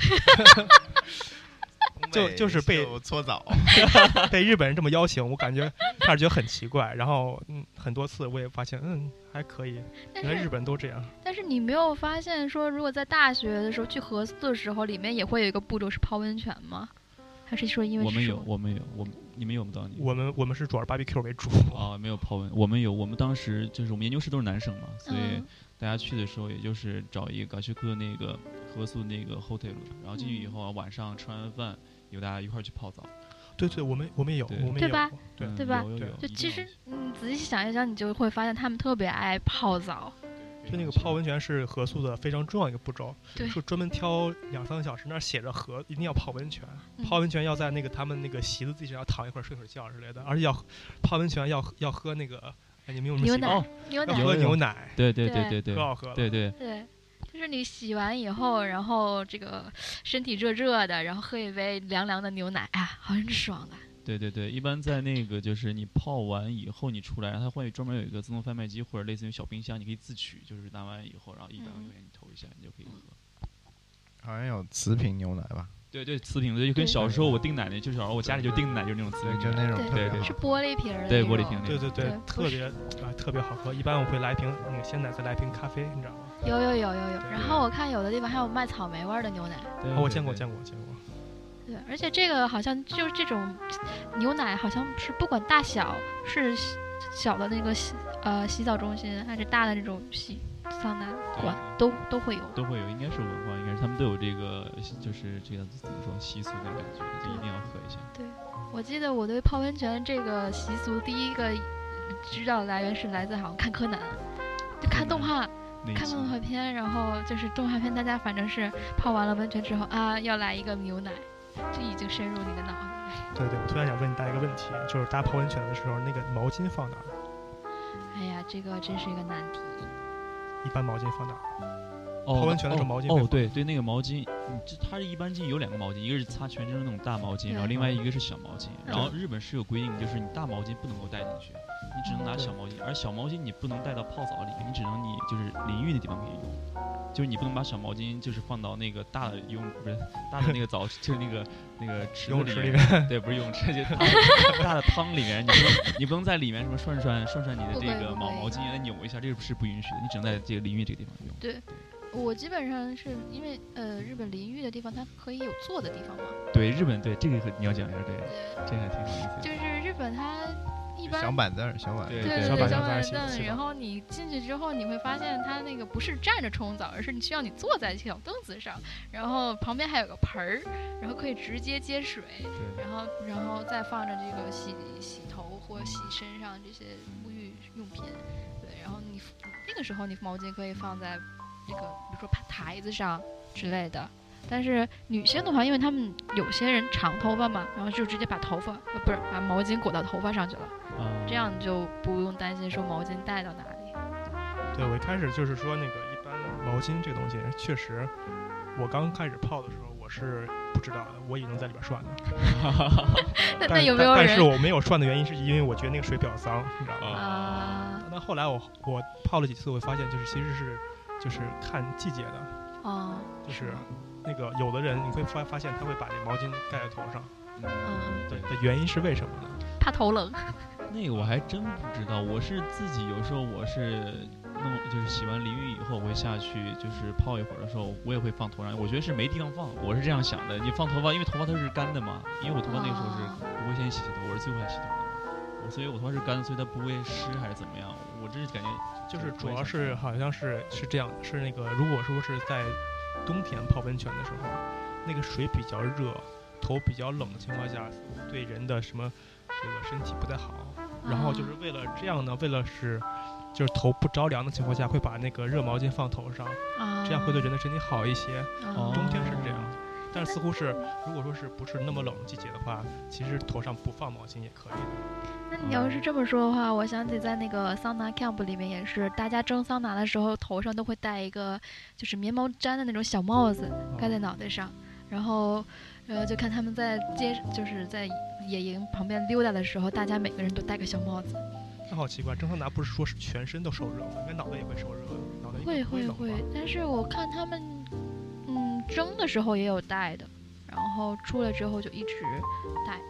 Speaker 2: 就就是被
Speaker 4: 搓澡，
Speaker 2: 被日本人这么邀请，我感觉开始觉得很奇怪。然后嗯，很多次我也发现，嗯，还可以。原来日本都这样。
Speaker 1: 但是你没有发现说，如果在大学的时候去合宿的时候，里面也会有一个步骤是泡温泉吗？还是说因为
Speaker 3: 我们有，我们有，我们你们有没有？
Speaker 2: 我们我们是主要 barbecue 为主
Speaker 3: 啊，没有泡温。我们有，我们当时就是我们研究室都是男生嘛，所以。
Speaker 1: 嗯
Speaker 3: 大家去的时候，也就是找一个港区科那个合宿那个 hotel， 然后进去以后，晚上吃完饭，有大家一块儿去泡澡。
Speaker 2: 对对，我们我们也有，我们也有，
Speaker 1: 对吧？
Speaker 2: 对
Speaker 1: 对吧？
Speaker 3: 有有有
Speaker 1: 就其实你仔细想一想，你就会发现他们特别爱泡澡。
Speaker 2: 就那个泡温泉是合宿的非常重要一个步骤，
Speaker 1: 对，
Speaker 2: 是专门挑两三个小时，那儿写着合一定要泡温泉，
Speaker 1: 嗯、
Speaker 2: 泡温泉要在那个他们那个席子地上要躺一会儿睡会儿觉之类的，而且要泡温泉要要喝那个。哎、你们有没有
Speaker 1: 牛奶？牛奶，
Speaker 2: 喝牛奶，
Speaker 3: 对对对对对，
Speaker 2: 可好喝了。
Speaker 3: 对对
Speaker 1: 对，就是你洗完以后，然后这个身体热热的，然后喝一杯凉凉的牛奶，哎，好爽啊！
Speaker 3: 对对对，一般在那个就是你泡完以后你出来，它会专门有一个自动贩卖机或者类似于小冰箱，你可以自取，就是拿完以后，然后一百块钱你投一下，你就可以喝。
Speaker 4: 好像有瓷瓶牛奶吧？
Speaker 3: 对对，瓷瓶的，就跟小时候我订奶奶，就是我家里就订奶，就是那种瓷瓶，
Speaker 4: 就那种
Speaker 3: 对对，
Speaker 1: 是玻璃瓶的，
Speaker 3: 对玻璃瓶，
Speaker 2: 对对对，特别啊特别好喝。一般我会来一瓶那个鲜奶，再来一瓶咖啡，你知道吗？
Speaker 1: 有有有有有。然后我看有的地方还有卖草莓味的牛奶，
Speaker 2: 哦，我见过见过见过。
Speaker 1: 对，而且这个好像就是这种牛奶，好像是不管大小，是小的那个洗呃洗澡中心，还是大的那种洗桑拿馆，都都会有，
Speaker 3: 都会有，应该是文化，应该是他们都有这个，就是这个怎么说习俗的感觉，就一定要喝一下。
Speaker 1: 对，我记得我对泡温泉这个习俗第一个知道的来源是来自好像看柯南，就看动画。看动画片，然后就是动画片，大家反正是泡完了温泉之后啊，要来一个牛奶，这已经深入你的脑子里。
Speaker 2: 对对，我突然想问大家一个问题，就是大家泡温泉的时候，那个毛巾放哪儿？
Speaker 1: 哎呀，这个真是一个难题。
Speaker 2: 一般毛巾放哪儿？
Speaker 3: 哦、
Speaker 2: 泡温泉的时候毛巾
Speaker 3: 哦，哦对对，那个毛巾，这它是一般进有两个毛巾，一个是擦全身的那种大毛巾，然后另外一个是小毛巾。然后日本是有规定，就是你大毛巾不能够带进去。你只能拿小毛巾，而小毛巾你不能带到泡澡里面，你只能你就是淋浴的地方可以用，就是你不能把小毛巾就是放到那个大的游不是大的那个澡就是那个那个池子里面，对，不是泳池，就大的大的汤里面，你不能你不能在里面什么涮涮涮涮你的这个毛毛巾来扭一下，这个是不允许的，你只能在这个淋浴这个地方用。
Speaker 1: 对。对我基本上是因为呃，日本淋浴的地方它可以有坐的地方嘛。
Speaker 3: 对，日本对这个你要讲一下，对，这个还挺有意思的。
Speaker 1: 就是日本它一般
Speaker 4: 小板凳，小板
Speaker 1: 对对
Speaker 2: 小板
Speaker 1: 凳，然后你进去之后，你会发现它那个不是站着冲澡，而是你需要你坐在小凳子上，然后旁边还有个盆儿，然后可以直接接水，然后然后再放着这个洗洗头或洗身上这些沐浴用品，对，然后你那个时候你毛巾可以放在这个比如说台子上之类的。但是女性的话，因为她们有些人长头发嘛，然后就直接把头发呃不是把毛巾裹到头发上去了，
Speaker 3: 嗯、
Speaker 1: 这样你就不用担心说毛巾带到哪里。
Speaker 2: 对，我一开始就是说那个一般毛巾这个东西，确实我刚开始泡的时候我是不知道的，我也能在里边涮的。
Speaker 1: 那那有没有人？
Speaker 2: 但是我没有涮的原因是因为我觉得那个水比较脏，你知道吗？
Speaker 1: 啊。
Speaker 2: 那后来我我泡了几次，我发现就是其实是就是看季节的。
Speaker 1: 哦。
Speaker 2: 就是那个有的人你会发发现他会把那毛巾盖在头上。
Speaker 1: 嗯。
Speaker 2: 对的原因是为什么呢？
Speaker 1: 怕头冷。
Speaker 3: 那个我还真不知道，我是自己有时候我是弄就是洗完淋浴以后，我会下去就是泡一会儿的时候，我也会放头上。我觉得是没地方放，我是这样想的。你放头发，因为头发它是干的嘛，因为我头发那个时候是不会先洗洗头，我是最后才洗头的嘛，所以我头发是干的，所以它不会湿还是怎么样。我这是感觉
Speaker 2: 就是主要是好像是是这样的，是那个如果说是在冬天泡温泉的时候，那个水比较热，头比较冷的情况下，对人的什么这个身体不太好。然后就是为了这样呢，为了是就是头不着凉的情况下，会把那个热毛巾放头上，
Speaker 1: 啊、
Speaker 2: 这样会对人的身体好一些。
Speaker 1: 啊、
Speaker 2: 冬天是这样，但是似乎是如果说是不是那么冷的季节的话，其实头上不放毛巾也可以的。
Speaker 1: 那你要是这么说的话，我想起在那个桑拿 camp 里面也是，大家蒸桑拿的时候头上都会戴一个就是棉毛毡的那种小帽子盖在脑袋上，然后呃就看他们在街就是在野营旁边溜达的时候，大家每个人都戴个小帽子。
Speaker 2: 那好奇怪，蒸桑拿不是说是全身都受热吗？应该脑袋也会受热，脑袋
Speaker 1: 会
Speaker 2: 会
Speaker 1: 会会，但是我看他们嗯蒸的时候也有戴的，然后出来之后就一直戴着。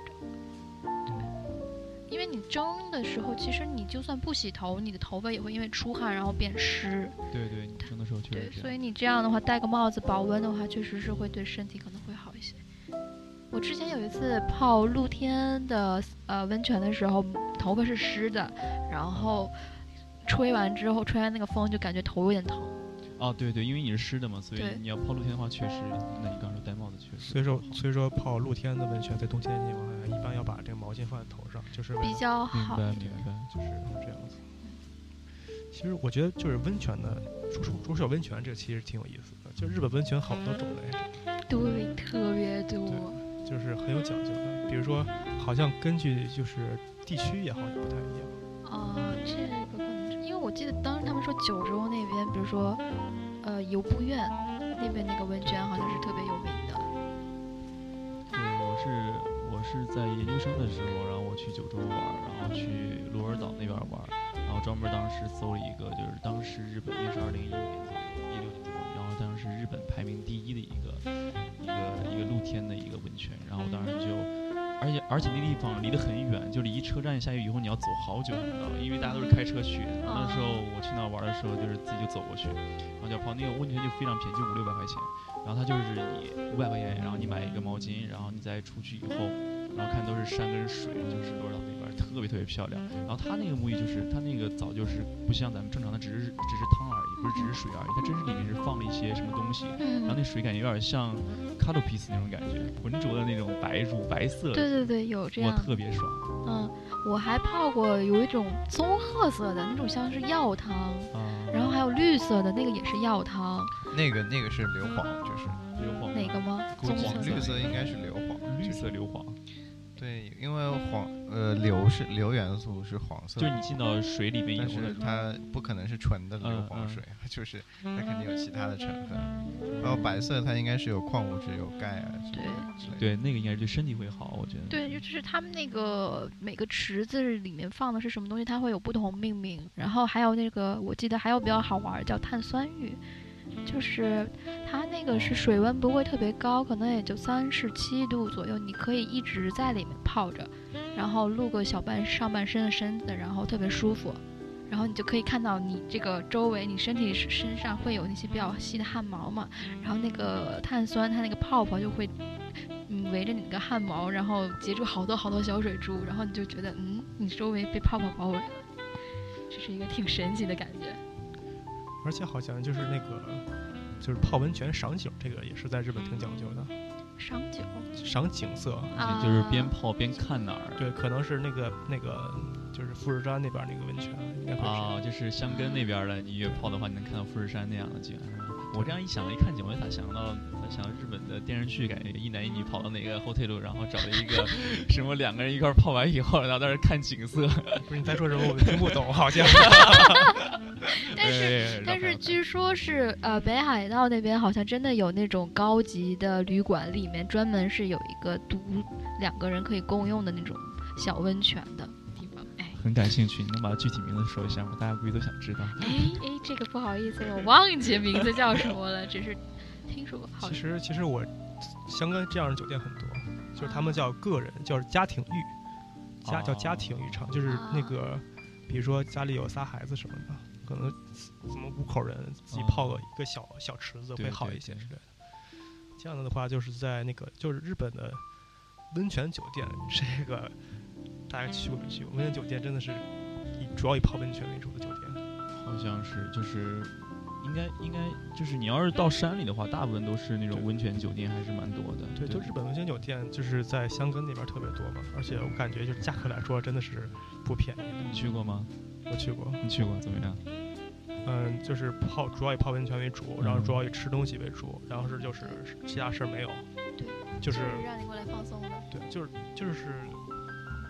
Speaker 1: 因为你蒸的时候，其实你就算不洗头，你的头发也会因为出汗然后变湿。
Speaker 3: 对对，你蒸的时候确实
Speaker 1: 对，
Speaker 3: 这样。
Speaker 1: 所以你这样的话戴个帽子保温的话，确实是会对身体可能会好一些。我之前有一次泡露天的呃温泉的时候，头发是湿的，然后吹完之后，吹完那个风就感觉头有点疼。
Speaker 3: 哦，对对，因为你是湿的嘛，所以
Speaker 1: 对
Speaker 3: 你要泡露天的话，确实，那你刚说戴帽子确实。
Speaker 2: 所以说，所以说泡露天的温泉，在冬天的情况下，一般要把这个毛巾放在头上，就是为了
Speaker 1: 比较
Speaker 3: 明
Speaker 1: 好。
Speaker 3: 白明白。
Speaker 2: 就是这样子。其实我觉得就是温泉的，说说说说温泉这个其实挺有意思的，就日本温泉好多种类，
Speaker 1: 对，特别多。
Speaker 2: 就是很有讲究的。比如说，好像根据就是地区也好像不太一样。
Speaker 1: 啊、呃，这个可能是因为我记得当时他们说九州那边，比如说呃游步院那边那个温泉好像是特别有名的。
Speaker 3: 对，我是我是在研究生的时候，然后我去九州玩，然后去鹿儿岛那边玩，然后专门当时搜了一个，就是当时日本也是二零一五年左右，一六年左右，然后当时日本排名第一的一个一个一个露天的一个温泉，然后当时就。而且而且那地方离得很远，就离车站下去以后你要走好久才能到，因为大家都是开车去。然后那时候我去那玩的时候，就是自己就走过去，然后就泡那个温泉就非常便宜，就五六百块钱。然后它就是你五百块钱，然后你买一个毛巾，然后你再出去以后，然后看都是山跟水，就是鹿儿岛那边特别特别漂亮。然后它那个沐浴就是它那个澡就是不像咱们正常的只是只是汤而已，不是只是水而已，它真是里面是放了一些什么东西，然后那水感觉有点像卡洛皮斯那种感觉，浑浊的那种白乳白色的。
Speaker 1: 对对对，有这样。
Speaker 3: 我特别爽。
Speaker 1: 嗯，我还泡过有一种棕褐色的那种像是药汤，
Speaker 3: 啊、
Speaker 1: 然后还有绿色的那个也是药汤。
Speaker 4: 那个那个是硫磺，就是
Speaker 3: 硫磺。
Speaker 1: 哪个吗？
Speaker 3: 棕色
Speaker 4: 黄绿色应该是硫磺，
Speaker 3: 绿色硫磺。
Speaker 4: 对，因为黄呃硫是硫元素是黄色，
Speaker 3: 就是你进到水里面以后，
Speaker 4: 但是它不可能是纯的硫磺水，嗯嗯、就是它肯定有其他的成分。然后白色它应该是有矿物质，有钙啊之类的。
Speaker 3: 对，那个应该是对身体会好，我觉得。
Speaker 1: 对，就是他们那个每个池子里面放的是什么东西，它会有不同命名。然后还有那个，我记得还有比较好玩叫碳酸浴。就是它那个是水温不会特别高，可能也就三十七度左右，你可以一直在里面泡着，然后露个小半上半身的身子，然后特别舒服，然后你就可以看到你这个周围，你身体身上会有那些比较细的汗毛嘛，然后那个碳酸它那个泡泡就会嗯围着你那个汗毛，然后结出好多好多小水珠，然后你就觉得嗯你周围被泡泡包围了，这是一个挺神奇的感觉。
Speaker 2: 而且好像就是那个，就是泡温泉赏景，这个也是在日本挺讲究的。
Speaker 1: 赏景？
Speaker 2: 赏景色，
Speaker 1: 啊、
Speaker 3: 就是边泡边看哪儿。
Speaker 2: 对，可能是那个那个，就是富士山那边那个温泉，应该会是。
Speaker 3: 啊，就是箱根那边的，你越泡的话，你能看到富士山那样的景，是吧？我这样一想，一看景，我就咋想到，咋想到日本的电视剧，感觉一男一女跑到哪个后退路，然后找了一个什么两个人一块泡完以后，然后在那看景色。
Speaker 2: 不是你在说什么？我们听不懂，好像。
Speaker 1: 但是但是据说是呃北海道那边好像真的有那种高级的旅馆，里面专门是有一个独两个人可以共用的那种小温泉的地方。哎，
Speaker 3: 很感兴趣，你能把具体名字说一下吗？大家估计都想知道。
Speaker 1: 哎哎，这个不好意思，我忘记名字叫什么了，只是听说过。
Speaker 2: 其实其实我香港这样的酒店很多，就是他们叫个人，叫家庭浴，家、哦、叫家庭浴场，就是那个，比如说家里有仨孩子什么的。可能怎么五口人自己泡个一个小、哦、小池子会好一些之类的。这样的话，就是在那个就是日本的温泉酒店，这个大家去过没去过？温泉酒店真的是以主要以泡温泉为主的酒店。
Speaker 3: 好像是，就是应该应该就是你要是到山里的话，大部分都是那种温泉酒店，还是蛮多的。
Speaker 2: 对，
Speaker 3: 对
Speaker 2: 就日本温泉酒店就是在箱根那边特别多嘛，而且我感觉就是价格来说真的是不便宜的。
Speaker 3: 你去过吗？
Speaker 2: 我去过。
Speaker 3: 你去过怎么样？
Speaker 2: 嗯，就是泡，主要以泡温泉为主，然后主要以吃东西为主，然后是就是其他事儿没有。
Speaker 1: 对，
Speaker 2: 就是
Speaker 1: 让你过来放松的。
Speaker 2: 对，就是就是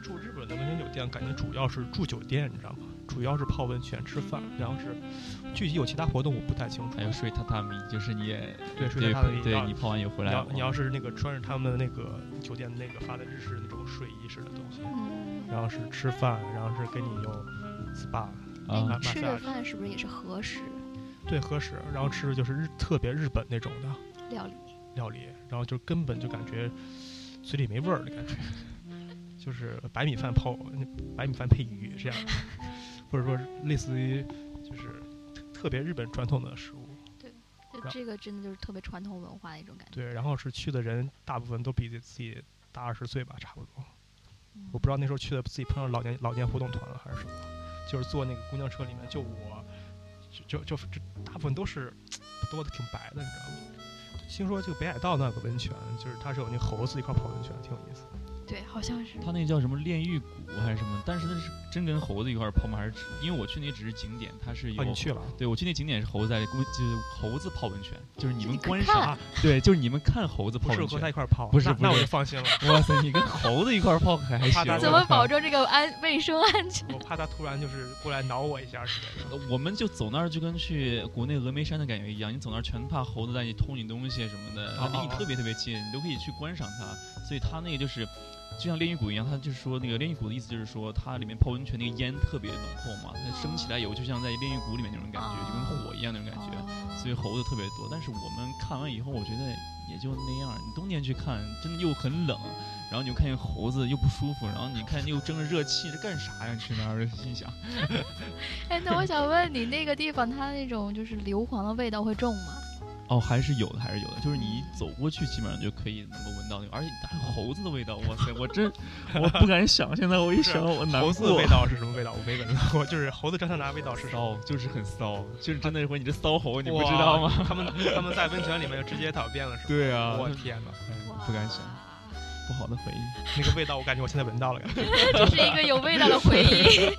Speaker 2: 住日本的温泉酒店，感觉主要是住酒店，你知道吗？主要是泡温泉、吃饭，然后是具体有其他活动我不太清楚。
Speaker 3: 还有睡榻榻米，就是你也
Speaker 2: 对睡榻榻米，
Speaker 3: 对你泡完以后回来，
Speaker 2: 你要你要是那个穿着他们那个酒店那个发的日式那种睡衣式的东西，
Speaker 1: 嗯，
Speaker 2: 然后是吃饭，然后是给你用 S P A。
Speaker 1: 哎，你吃的饭是不是也是和食？
Speaker 2: 对，和食，然后吃的就是日特别日本那种的
Speaker 1: 料理，
Speaker 2: 料理，然后就根本就感觉嘴里没味儿的感觉，就是白米饭泡白米饭配鱼这样的，或者说类似于就是特别日本传统的食物。
Speaker 1: 对，就这个真的就是特别传统文化的一种感觉。
Speaker 2: 对，然后是去的人大部分都比自己大二十岁吧，差不多。嗯、我不知道那时候去的自己碰上老年老年活动团了还是什么，就是坐那个公交车里面，就我，就就就大部分都是都挺白的，你知道吗？听说这个北海道那个温泉，就是它是有那猴子一块泡温泉，挺有意思。
Speaker 1: 对，好像是。
Speaker 3: 它那个叫什么炼狱谷还是什么？但是那是真跟猴子一块泡吗？还是因为我去那只是景点，它是有。
Speaker 2: 哦，你去了？
Speaker 3: 对，我去那景点是猴子在，就是猴子泡温泉，就是你们观
Speaker 1: 赏。
Speaker 3: 对，就是你们看猴子泡温泉。
Speaker 2: 不是和它一块泡。
Speaker 3: 不是，
Speaker 2: 那我就放心了。
Speaker 3: 哇塞，你跟猴子一块泡还还行。
Speaker 1: 怎么保证这个安卫生安全？
Speaker 2: 我怕它突然就是过来挠我一下之类的。
Speaker 3: 我们就走那儿就跟去国内峨眉山的感觉一样，你走那儿全怕猴子在你偷你东西什么的，它离你特别特别近，你都可以去观赏它。所以它那个就是。就像炼狱谷一样，它就是说那个炼狱谷的意思就是说，它里面泡温泉那个烟特别浓厚嘛，它升起来以后就像在炼狱谷里面那种感觉，就跟火一样那种感觉，所以猴子特别多。但是我们看完以后，我觉得也就那样。你冬天去看，真的又很冷，然后你又看见猴子又不舒服，然后你看又争着热气，这干啥呀？去那儿心想。
Speaker 1: 哎，那我想问你，那个地方它那种就是硫磺的味道会重吗？
Speaker 3: 哦，还是有的，还是有的，就是你一走过去，基本上就可以能够闻到那个，而且还有猴子的味道，哇塞，我真我不敢想，现在我一想我难过。
Speaker 2: 猴子的味道是什么味道？我没闻到过，就是猴子张上拿味道是
Speaker 3: 骚，就是很骚，就是真的说你这骚猴，你不知道吗？
Speaker 2: 他们他们在温泉里面就直接讨遍了，是吧？
Speaker 3: 对啊，
Speaker 2: 我天哪，
Speaker 3: 不敢想，不好的回忆。
Speaker 2: 那个味道，我感觉我现在闻到了，感觉
Speaker 1: 这是一个有味道的回忆。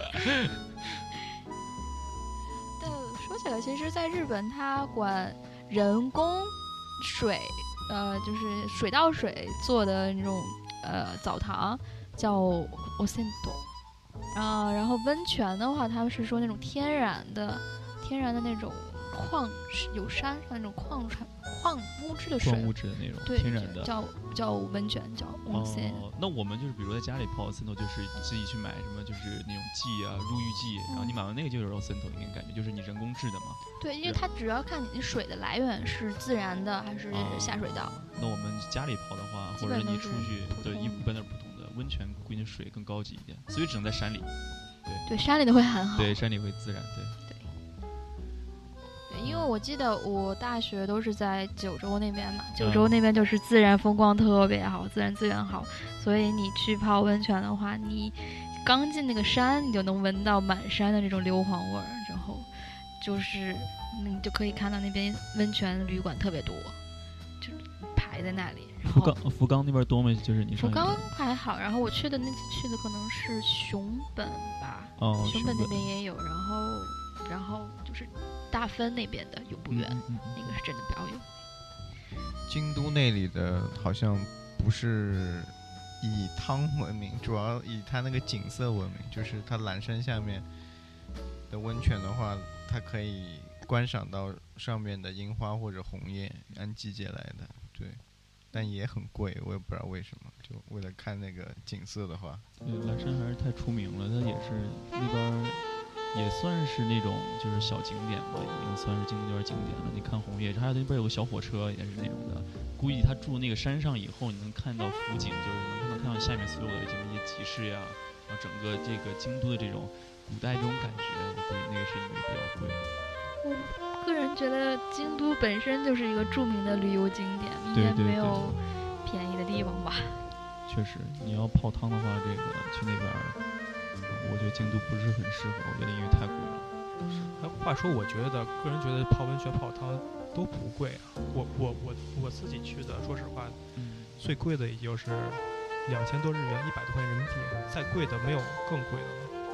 Speaker 1: 但说起来，其实，在日本，它管人工水，呃，就是水稻水做的那种呃澡堂叫 onsen， 啊，然后温泉的话，他们是说那种天然的、天然的那种矿，有山上那种矿产、矿物质的水，
Speaker 3: 矿物质的那种，
Speaker 1: 对，
Speaker 3: 天然的，
Speaker 1: 叫叫温泉，叫 onsen。
Speaker 3: 哦，那我们就是比如在家里泡 onsen， 就是自己去买什么，就是那种剂啊、入浴剂，然后你买完那个就是 onsen， 应该感觉就是你人工制的嘛。
Speaker 1: 对，因为它主要看你水的来源是自然的还是下水道。
Speaker 3: 哦、那我们家里泡的话，或者你出去，对，一般都是普通的。温泉估计水更高级一点，所以只能在山里。对
Speaker 1: 对，山里的会很好。
Speaker 3: 对，山里会自然。对
Speaker 1: 对对，因为我记得我大学都是在九州那边嘛，九州那边就是自然风光特别好，嗯、自然资源好，所以你去泡温泉的话，你刚进那个山，你就能闻到满山的这种硫磺味儿，然后就是你就可以看到那边温泉旅馆特别多，就是排在那里。
Speaker 3: 福冈福冈那边多吗？就是你
Speaker 1: 福冈还好，然后我去的那次去的可能是熊本吧，
Speaker 3: 哦，
Speaker 1: 熊本那边也有，然后然后就是大分那边的有不远，
Speaker 3: 嗯嗯嗯、
Speaker 1: 那个是真的比较有。
Speaker 4: 京都那里的好像不是以汤闻名，主要以它那个景色闻名，就是它蓝山下面的温泉的话，它可以观赏到上面的樱花或者红叶，按季节来的，对。但也很贵，我也不知道为什么，就为了看那个景色的话。
Speaker 3: 对，蓝山还是太出名了，它也是那边也算是那种就是小景点吧，已经算是京都那边景点了。你看红叶，还有那边有个小火车，也是那种的。估计他住那个山上以后，你能看到福景，就是能能看到下面所有的这么一些集市呀，然后整个这个京都的这种古代这种感觉，我估计那个是因为比较贵。
Speaker 1: 我个人觉得京都本身就是一个著名的旅游景点，应该没有便宜的地方吧。
Speaker 3: 确实，你要泡汤的话，这个去那边，我觉得京都不是很适合，我觉得因为太贵了。
Speaker 2: 哎，话说，我觉得个人觉得泡温泉、泡汤都不贵啊。我我我我自己去的，说实话，嗯、最贵的也就是两千多日元，一百多块人民币，再贵的没有更贵的了。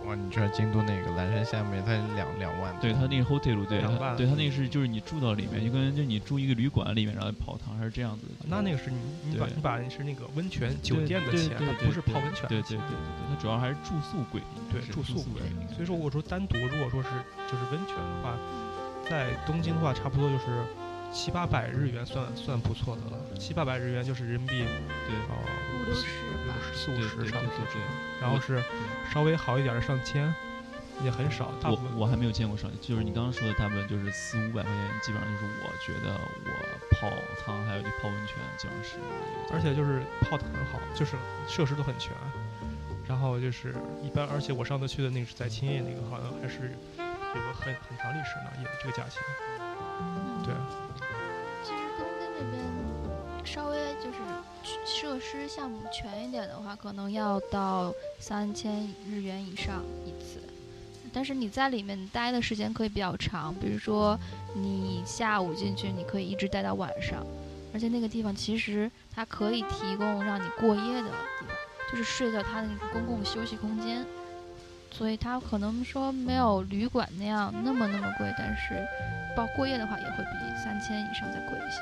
Speaker 4: 哇，你知道京都那个蓝山下面它两两万多，
Speaker 3: 对，它那个 hotel 对，
Speaker 2: 两万
Speaker 3: 对，它那个是就是你住到里面，就跟就你住一个旅馆里面然后泡汤，还是这样子的。
Speaker 2: 那那个是你你把
Speaker 3: 对
Speaker 2: 你把是那个温泉酒店的钱，
Speaker 3: 对对对
Speaker 2: 它不是泡温泉
Speaker 3: 对
Speaker 2: 的钱。
Speaker 3: 对对对对，它主要还是住宿贵，
Speaker 2: 对
Speaker 3: 是
Speaker 2: 住宿贵
Speaker 3: 贵。
Speaker 2: 所以说我说单独如果说是就是温泉的话，在东京的话差不多就是七八百日元算算不错的了，七八百日元就是人民币
Speaker 3: 对
Speaker 2: 哦
Speaker 1: 五六十吧，
Speaker 2: 四五
Speaker 3: 对对
Speaker 2: 十上下，
Speaker 3: 对对对。
Speaker 2: 然后是稍微好一点的上千，也很少，大部分
Speaker 3: 我我还没有见过上，就是你刚刚说的，他们就是四五百块钱，基本上就是我觉得我泡汤还有就泡温泉，基本上是。
Speaker 2: 而且就是泡的很好，就是设施都很全，然后就是一般，而且我上次去的那个是在青叶那个，好像还是有个很很长历史呢，也这个价钱。
Speaker 1: 嗯
Speaker 2: 对，
Speaker 1: 其实东京那边稍微就是设施项目全一点的话，可能要到三千日元以上一次。但是你在里面待的时间可以比较长，比如说你下午进去，你可以一直待到晚上，而且那个地方其实它可以提供让你过夜的地方，就是睡到它那个公共休息空间。所以它可能说没有旅馆那样那么那么贵，但是包过夜的话也会比三千以上再贵一些。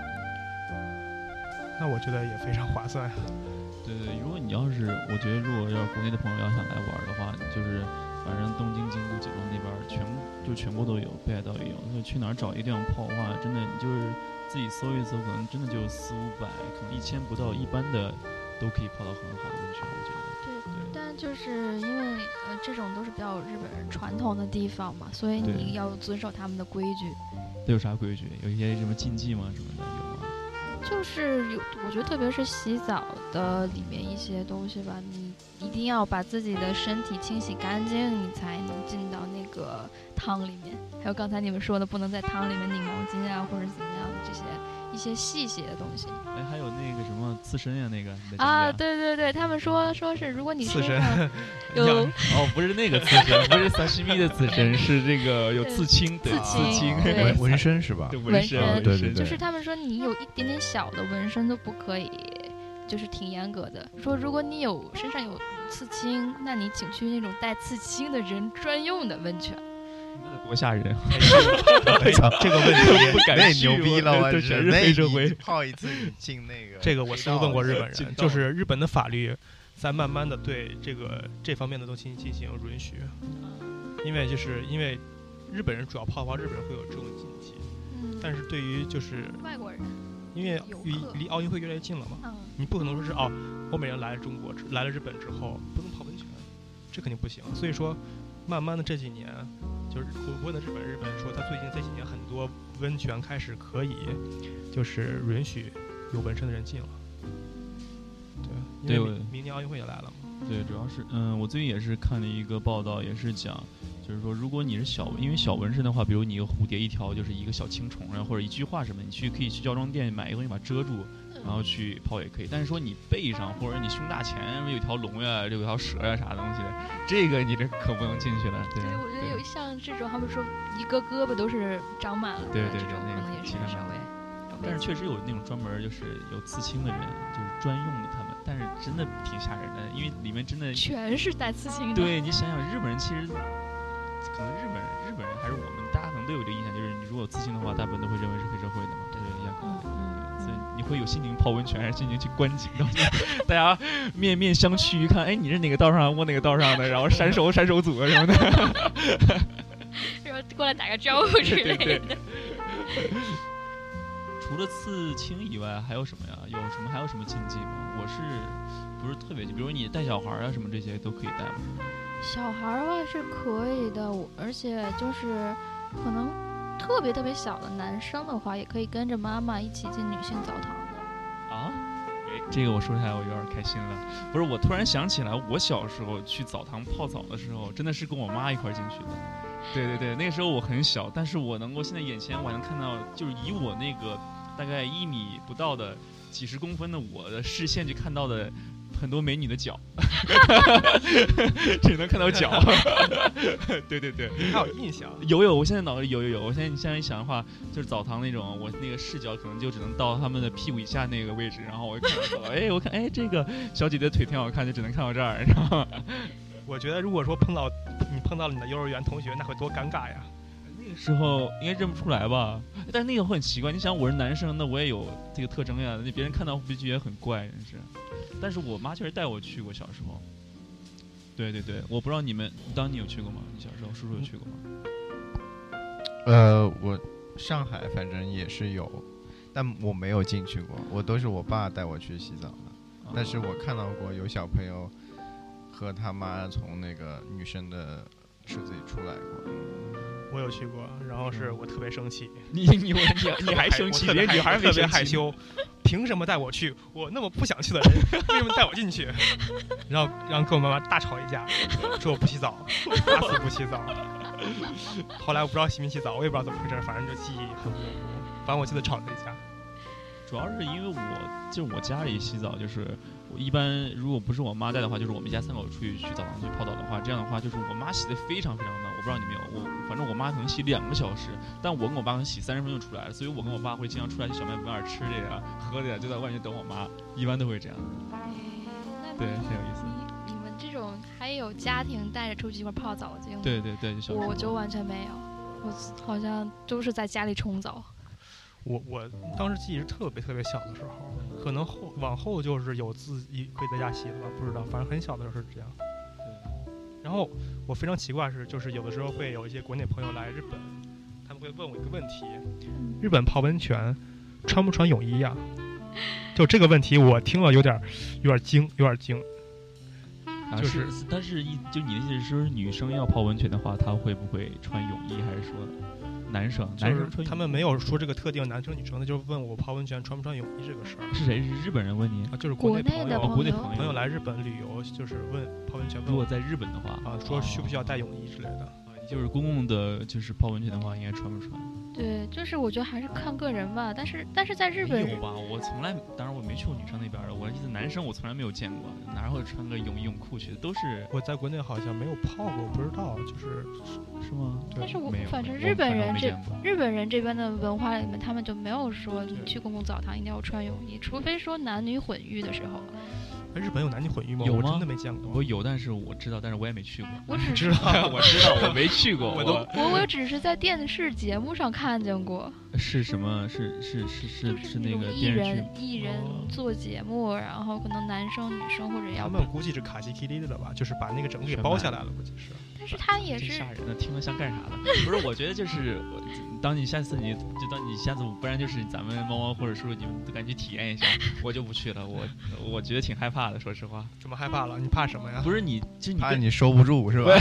Speaker 2: 那我觉得也非常划算。
Speaker 3: 对对，如果你要是，我觉得如果要是国内的朋友要想来玩的话，就是反正东京、京都、九州那边全部就全部都有，北海道也有。那去哪儿找一个地方泡的话，真的你就是自己搜一搜，可能真的就四五百，可能一千不到，一般的都可以泡到很好的温泉，我觉得。
Speaker 1: 但就是因为呃这种都是比较日本人传统的地方嘛，所以你要遵守他们的规矩。
Speaker 3: 都有啥规矩？有一些什么禁忌吗？什么的有吗？
Speaker 1: 就是有，我觉得特别是洗澡的里面一些东西吧，你一定要把自己的身体清洗干净，你才能进到那个汤里面。还有刚才你们说的，不能在汤里面拧毛巾啊，或者怎么样的这些一些细节的东西。
Speaker 3: 哎，还有那个什么刺身呀、啊，那个
Speaker 1: 啊，对对对，他们说说是如果你
Speaker 2: 刺身
Speaker 1: 有
Speaker 3: 哦，不是那个刺身，不是沙西米的刺身，是这个有刺青，
Speaker 1: 刺
Speaker 3: 刺青，
Speaker 1: 对
Speaker 4: 纹身是吧？
Speaker 3: 对
Speaker 1: 纹身，
Speaker 4: 对对对，
Speaker 1: 就是他们说你有一点点小的纹身都不可以，就是挺严格的。说如果你有身上有刺青，那你请去那种带刺青的人专用的温泉。
Speaker 3: 那多吓人！
Speaker 2: 哎这个问题
Speaker 3: 不敢
Speaker 4: 那
Speaker 3: 去
Speaker 4: 牛逼了，我
Speaker 3: 对，全是
Speaker 4: 那
Speaker 3: 黑社会。
Speaker 4: 泡一次你进那个，
Speaker 2: 这个我是问过日本人，就是日本的法律在慢慢的对这个这方面的东西进行允许，因为就是因为日本人主要泡的话，日本人会有这种禁忌，
Speaker 1: 嗯，
Speaker 2: 但是对于就是
Speaker 1: 外国人，
Speaker 2: 因为
Speaker 1: 游客
Speaker 2: 离离奥运会越来越近了嘛，
Speaker 1: 嗯，
Speaker 2: 你不可能说是哦，欧美人来了中国，来了日本之后不能泡温泉，这肯定不行。所以说，慢慢的这几年，就是我问的日本人，日本人说他最近这几年很多温泉开始可以，就是允许有纹身的人进了。对，因为明明年奥运会也来了嘛。
Speaker 3: 对，主要是嗯，我最近也是看了一个报道，也是讲，就是说，如果你是小，因为小纹身的话，比如你一个蝴蝶一条，就是一个小青虫啊，或者一句话什么，你去可以去药妆店买一个东西把它遮住，然后去泡也可以。但是说你背上或者你胸大前有一条龙呀，有一条蛇呀啥东西的，这个你这可不能进去了。对，
Speaker 1: 对，我觉得有像这种，他们说一个胳膊都是长满了，
Speaker 3: 对对对，
Speaker 1: 这种可能也是稍微。
Speaker 3: 但是确实有那种专门就是有刺青的人，就是专用的他们，但是真的挺吓人的，因为里面真的
Speaker 1: 全是带刺青的。
Speaker 3: 对，你想想，日本人其实可能日本人、日本人还是我们，大家可能都有这个印象，就是你如果有刺青的话，大部分都会认为是黑社会的嘛，对，一样可能。
Speaker 1: 嗯，
Speaker 3: 所以你会有心情泡温泉，还是心情去观景？然后大家面面相觑，一看，哎，你是哪个道上，我哪个道上的，然后闪手闪手组什么的，
Speaker 1: 然后过来打个招呼之类的。
Speaker 3: 对对对除了刺青以外，还有什么呀？有什么还有什么禁忌吗？我是不是特别，比如你带小孩啊什么这些都可以带吗？
Speaker 1: 小孩的话是可以的，而且就是可能特别特别小的男生的话，也可以跟着妈妈一起进女性澡堂的。
Speaker 3: 啊？哎，这个我说起来我有点开心了。不是，我突然想起来，我小时候去澡堂泡澡的时候，真的是跟我妈一块进去的。对对对，那个时候我很小，但是我能够现在眼前我还能看到，就是以我那个大概一米不到的几十公分的我的视线去看到的很多美女的脚，只能看到脚。对对对，
Speaker 2: 还有印象？
Speaker 3: 有有，我现在脑子里有有有。我现在你现在一想的话，就是澡堂那种，我那个视角可能就只能到他们的屁股以下那个位置，然后我看到，哎，我看，哎，这个小姐姐腿挺好看，就只能看到这儿，然后。
Speaker 2: 我觉得如果说碰到你碰到了你的幼儿园同学，那会多尴尬呀。
Speaker 3: 那个时候应该认不出来吧？但是那个会很奇怪。你想，我是男生，那我也有这个特征呀。那别人看到会觉得很怪，真是。但是我妈确实带我去过，小时候。对对对，我不知道你们，当你有去过吗？你小时候叔叔有去过吗？
Speaker 4: 呃，我上海反正也是有，但我没有进去过，我都是我爸带我去洗澡的。
Speaker 3: 哦、
Speaker 4: 但是我看到过有小朋友和他妈从那个女生的池子里出来过。
Speaker 2: 我有去过，然后是我特别生气。
Speaker 3: 你你你你还生气？连女孩
Speaker 2: 特别害羞，凭什么带我去？我那么不想去的人，为什么带我进去？然后然后跟我妈妈大吵一架，说我不洗澡，打死不洗澡。后来我不知道洗没洗澡，我也不知道怎么回事，反正就记忆很模糊。反正我记得吵了一架。
Speaker 3: 主要是因为我就是我家里洗澡，就是我一般如果不是我妈带的话，就是我们一家三口出去去澡堂去泡澡的话，这样的话就是我妈洗的非常非常慢。我不知道你们有，我反正我妈可能洗两个小时，但我跟我爸可能洗三十分钟出来了，所以我跟我爸会经常出来去小卖部那儿吃的呀、喝的呀，就在外面等我妈，一般都会这样。对，很有意思。
Speaker 1: 你们这种还有家庭带着出去一块泡澡经历？
Speaker 3: 对对对，就
Speaker 1: 我就完全没有，我好像都是在家里冲澡。
Speaker 2: 我我当时记忆是特别特别小的时候，可能后往后就是有自己可以在家洗的吧，不知道，反正很小的时候是这样。然后我非常奇怪是，就是有的时候会有一些国内朋友来日本，他们会问我一个问题：日本泡温泉穿不穿泳衣呀？就这个问题，我听了有点有点惊，有点惊。
Speaker 3: 啊、
Speaker 2: 就是，
Speaker 3: 但是一就你的意思是说，女生要泡温泉的话，她会不会穿泳衣，还是说？男生，男生穿
Speaker 2: 他们没有说这个特定男生女生的，就问我泡温泉穿不穿泳衣这个事儿。
Speaker 3: 是谁？是日本人问你
Speaker 2: 啊？就是国内朋友，
Speaker 3: 国内朋友
Speaker 2: 朋友来日本旅游，就是问泡温泉。
Speaker 3: 如果在日本的话，
Speaker 2: 啊，说需不需要带泳衣之类的。
Speaker 3: 啊，就是公共的，就是泡温泉的话，应该穿不穿？
Speaker 1: 对，就是我觉得还是看个人吧。但是但是在日本
Speaker 3: 有吧？我从来，当然我没去过女生那边的，我意思男生我从来没有见过，哪会穿个泳衣泳裤去？都是
Speaker 2: 我在国内好像没有泡过，不知道，就是
Speaker 3: 是吗？
Speaker 1: 但是我反正日本人这日本人这边的文化里面，他们就没有说你去公共澡堂一定要穿泳衣，除非说男女混浴的时候。
Speaker 2: 日本有男女混浴吗？
Speaker 3: 有吗？
Speaker 2: 我真的没见过。
Speaker 3: 我有，但是我知道，但是我也没去过。
Speaker 1: 我只
Speaker 2: 知道，
Speaker 3: 我知道，我没去过。
Speaker 2: 我都
Speaker 1: 我我只是在电视节目上看见过。
Speaker 3: 是什么？是是是是
Speaker 1: 是
Speaker 3: 那个
Speaker 1: 艺人艺人做节目，然后可能男生女生或者要。
Speaker 2: 他们估计是卡西 K D 的吧，就是把那个整个给包下来了，估计是。
Speaker 1: 但是他也是
Speaker 3: 吓人的，听了像干啥的？不是，我觉得就是我，当你下次你就当你下次，不然就是咱们猫猫或者叔叔你们都赶紧体验一下，我就不去了。我我觉得挺害怕的，说实话。
Speaker 2: 怎么害怕了？你怕什么呀？
Speaker 3: 不是你，就你
Speaker 4: 怕你收不住是吧？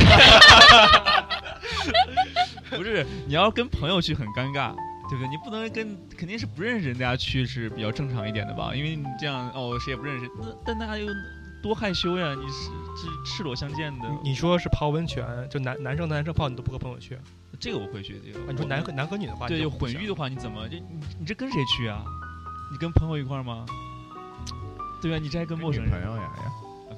Speaker 3: 不是，你要跟朋友去很尴尬，对不对？你不能跟肯定是不认识人家去是比较正常一点的吧？因为你这样哦，谁也不认识，那但大家又多害羞呀！你是是赤裸相见的。
Speaker 2: 你说是泡温泉，就男男生男生泡，你都不和朋友去？
Speaker 3: 这个我会去。这个、
Speaker 2: 啊、你说男和男和女的话，
Speaker 3: 对，混浴的话，你怎么就你你这跟谁去啊？你跟朋友一块儿吗？对啊，你这还跟陌生人
Speaker 4: 朋友呀呀。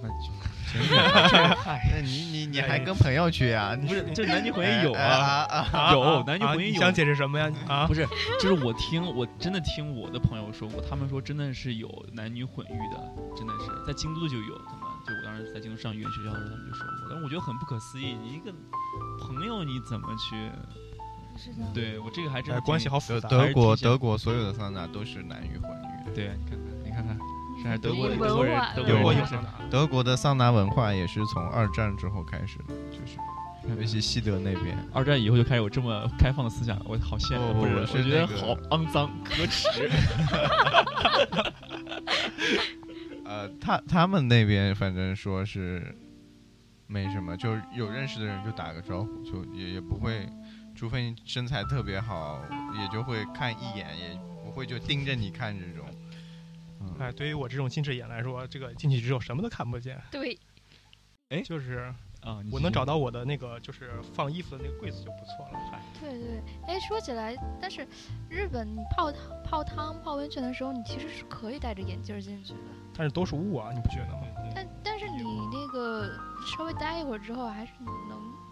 Speaker 3: 那
Speaker 4: 你你你还跟朋友去呀？
Speaker 3: 不是，这男女混浴有啊，有男女混浴有。
Speaker 2: 你想解释什么呀？啊，
Speaker 3: 不是，就是我听，我真的听我的朋友说过，他们说真的是有男女混浴的，真的是在京都就有。他们就我当时在京都上语言学校的时候，他们就说过。但是我觉得很不可思议，你一个朋友你怎么去？
Speaker 1: 是的。
Speaker 3: 对我这个还真
Speaker 2: 关系好复杂。
Speaker 4: 德国德国所有的桑拿都是男女混浴。
Speaker 3: 对，你看看，你看看。是德国
Speaker 1: 德
Speaker 3: 国人，德国
Speaker 2: 有
Speaker 4: 德国的桑拿文化也是从二战之后开始的，就是尤其西德那边。
Speaker 3: 二战以后就开始有这么开放的思想，我好羡慕，不是？我觉得好肮脏可耻。
Speaker 4: 呃，他他们那边反正说是没什么，就有认识的人就打个招呼，就也也不会，除非你身材特别好，也就会看一眼，也不会就盯着你看这种。
Speaker 2: 哎，对于我这种近视眼来说，这个进去之后什么都看不见。
Speaker 1: 对，
Speaker 2: 哎，就是
Speaker 3: 啊，
Speaker 2: 我能找到我的那个就是放衣服的那个柜子就不错了。嗨，
Speaker 1: 对对，哎，说起来，但是日本你泡汤、泡汤、泡温泉的时候，你其实是可以戴着眼镜进去的。
Speaker 2: 但是都是雾啊，你不觉得吗？
Speaker 1: 但但是你那个稍微待一会儿之后，还是能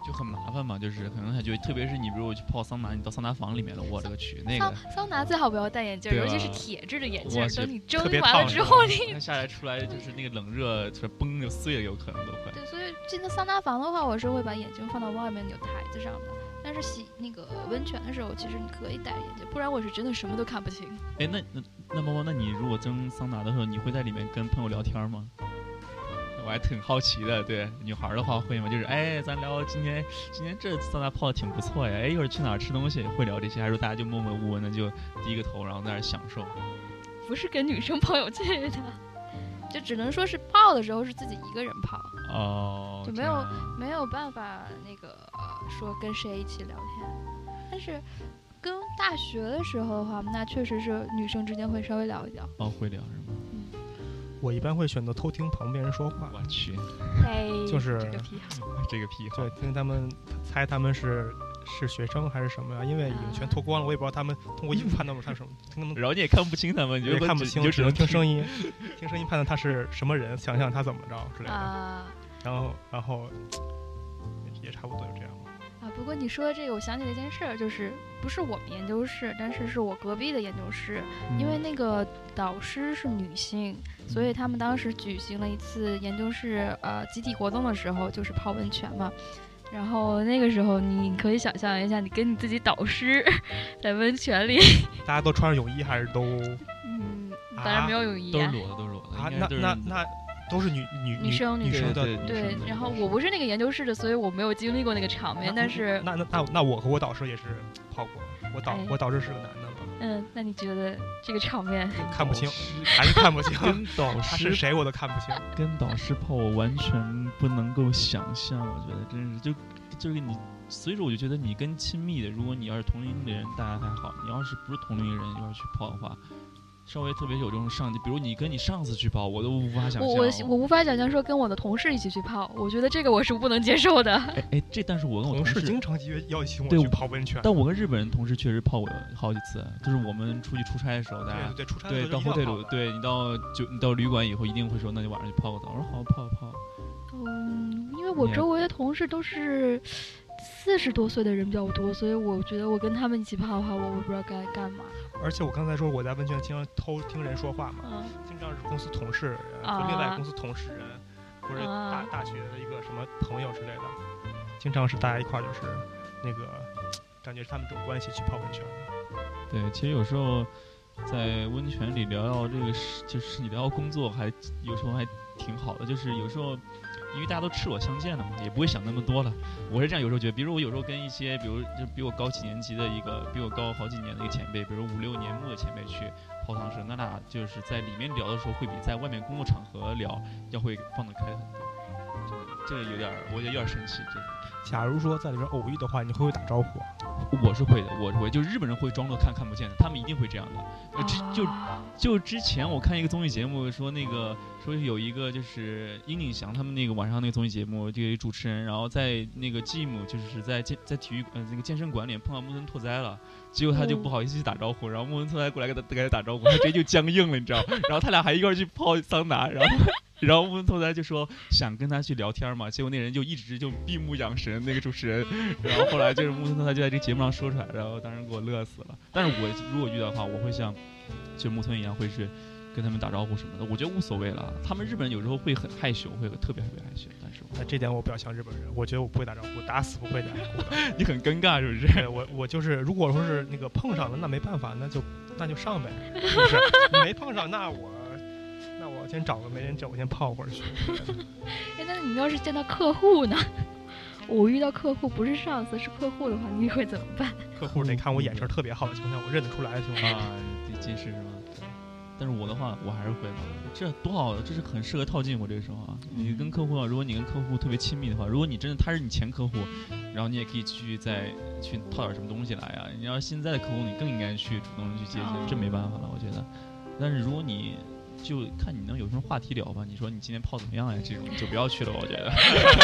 Speaker 3: 就很麻烦嘛，就是可能他觉得，特别是你比如我去泡桑拿，你到桑拿房里面了，我勒个去，那个
Speaker 1: 桑桑拿最好不要戴眼镜，
Speaker 3: 对吧
Speaker 1: 尤其是铁质的眼镜
Speaker 3: 我，去
Speaker 1: 等你蒸
Speaker 2: 特别
Speaker 1: 完了
Speaker 2: 烫是吧
Speaker 1: 之后，你
Speaker 3: 它下来出来就是那个冷热，突然崩就碎了，有可能都快。
Speaker 1: 对，所以进到桑拿房的话，我是会把眼镜放到外面有台子上的。但是洗那个温泉的时候，其实你可以戴眼镜，不然我是真的什么都看不清。
Speaker 3: 哎，那那那猫猫，那你如果蒸桑拿的时候，你会在里面跟朋友聊天吗？我还挺好奇的，对女孩的话会吗？就是哎，咱聊今天今天这桑拿泡的挺不错呀，哎，一会儿去哪儿吃东西，会聊这些，还是大家就默默无闻的就低个头，然后在那儿享受？
Speaker 1: 不是跟女生朋友去的，就只能说是泡的时候是自己一个人泡，
Speaker 3: 哦，
Speaker 1: 就没有
Speaker 3: 这样
Speaker 1: 没有办法那个、呃、说跟谁一起聊天。但是跟大学的时候的话，那确实是女生之间会稍微聊一聊。
Speaker 3: 哦会聊是吗？
Speaker 2: 我一般会选择偷听旁边人说话，
Speaker 3: 我去，
Speaker 1: 哎，
Speaker 2: 就是
Speaker 1: 这个癖好。
Speaker 3: 这个癖好
Speaker 2: 对，听他们猜他们是是学生还是什么呀？因为已经全脱光了，我也不知道他们通过衣服判断出他什么，听他们
Speaker 3: 然后你也看不清他们，你就
Speaker 2: 也看不清，
Speaker 3: 就只
Speaker 2: 只能听声
Speaker 3: 音。
Speaker 2: 音，听声音判断他是什么人，想想他怎么着之类的。
Speaker 1: 啊
Speaker 2: 然后然后也差不多就这样吧。
Speaker 1: 啊！不过你说的这个，我想起了一件事儿，就是不是我们研究室，但是是我隔壁的研究室，因为那个导师是女性，所以他们当时举行了一次研究室呃集体活动的时候，就是泡温泉嘛。然后那个时候，你可以想象一下，你跟你自己导师在温泉里，
Speaker 2: 大家都穿着泳衣还是都
Speaker 1: 嗯，当然没有泳衣
Speaker 3: 都是裸的，都是裸的
Speaker 2: 啊？那
Speaker 3: 应该都是
Speaker 2: 那那都是女女
Speaker 1: 女生女生
Speaker 2: 女生的
Speaker 3: 对对
Speaker 1: 对
Speaker 3: 女生。的
Speaker 1: 然后我不是那个研究室的，所以我没有经历过那个场面，但是
Speaker 2: 那那那那我和我导师也是泡过，我导
Speaker 1: 哎
Speaker 2: 我导师是个男的嘛，
Speaker 1: 嗯，那你觉得这个场面？
Speaker 2: 看不清，还是看不清，
Speaker 3: 跟导师
Speaker 2: 他是谁我都看不清。
Speaker 3: 跟导师泡，我完全不能够想象，我觉得真是就就是你，所以说我就觉得你跟亲密的，如果你要是同龄的人，大家还好；你要是不是同龄人，要是去泡的话，稍微特别有这种上级，比如你跟你上司去泡，我都无法想象。
Speaker 1: 我我我无法想象说跟我的同事一起去泡，我觉得这个我是不能接受的。
Speaker 3: 哎哎，这但是我跟我事
Speaker 2: 同事经常约邀请我
Speaker 3: 对
Speaker 2: 去泡温泉，
Speaker 3: 但我跟日本人同事确实泡过好几次，就是我们出去出差的时候，大家
Speaker 2: 对对对，出差的
Speaker 3: 对
Speaker 2: 时
Speaker 3: 到后退路，
Speaker 2: 候就一定要泡的
Speaker 3: 对你到就你到旅馆以后一定会说，那就晚上去泡个澡。我说好，泡泡。
Speaker 1: 嗯，因为我
Speaker 3: 你
Speaker 1: 周围的同事都是四十多岁的人比较多，所以我觉得我跟他们一起泡的话，我我不知道该干嘛。
Speaker 2: 而且我刚才说我在温泉经常偷听人说话嘛，
Speaker 1: 嗯
Speaker 2: 经常是公司同事人
Speaker 1: 啊
Speaker 2: 和另外公司同事人，或者大
Speaker 1: 啊
Speaker 2: 大学的一个什么朋友之类的，经常是大家一块儿就是那个感觉他们这种关系去泡温泉的。
Speaker 3: 对，其实有时候在温泉里聊聊这个事，就是你聊聊工作还，有时候还挺好的。就是有时候，因为大家都赤裸相见了嘛，也不会想那么多了。我是这样，有时候觉得，比如我有时候跟一些，比如就比我高几年级的一个，比我高好几年的一个前辈，比如五六年目的前辈去泡汤时，那俩就是在里面聊的时候，会比在外面工作场合聊要会放得开很多。这个这个有点儿，我觉得有点生气。这个。
Speaker 2: 假如说在里边偶遇的话，你会不会打招呼？
Speaker 3: 我是会的，我是会，就日本人会装作看看不见的，他们一定会这样的。就之就
Speaker 1: 啊
Speaker 3: 就之前我看一个综艺节目说那个说有一个就是殷景祥他们那个晚上那个综艺节目，就有一主持人，然后在那个 gym 就是在健在体育呃那个健身馆里碰到木村拓哉了，结果他就不好意思去打招呼，然后木村拓哉过来跟他跟他打招呼，他直接就僵硬了，你知道？然后他俩还一块儿去泡桑拿，然后。然后木村拓哉就说想跟他去聊天嘛，结果那人就一直就闭目养神，那个主持人。然后后来就是木村拓哉就在这个节目上说出来，然后当时给我乐死了。但是我如果遇到的话，我会像就木村一样，会是跟他们打招呼什么的，我觉得无所谓了。他们日本人有时候会很害羞，会特别特别害羞，但是我
Speaker 2: 那这点我比较像日本人，我觉得我不会打招呼，打死不会打招呼的。
Speaker 3: 你很尴尬是不是？
Speaker 2: 对我我就是如果说是那个碰上了，那没办法，那就那就上呗，是不是？你没碰上，那我。那我先找个没人整，我先泡会儿去。
Speaker 1: 哎，那你要是见到客户呢？我遇到客户不是上司是客户的话，你会怎么办？
Speaker 2: 客户得看我眼神特别好的情况下，我认得出来的情况下。
Speaker 3: 啊，得近视是吗？但是我的话，我还是会的。这多好，这是很适合套近乎这个时候啊。你跟客户啊，如果你跟客户特别亲密的话，如果你真的他是你前客户，然后你也可以去再去套点什么东西来啊。你要是现在的客户，你更应该去主动的去接近，
Speaker 1: 哦
Speaker 3: 这没办法了，我觉得。但是如果你就看你能有什么话题聊吧。你说你今天泡怎么样呀？这种就不要去了，我觉得。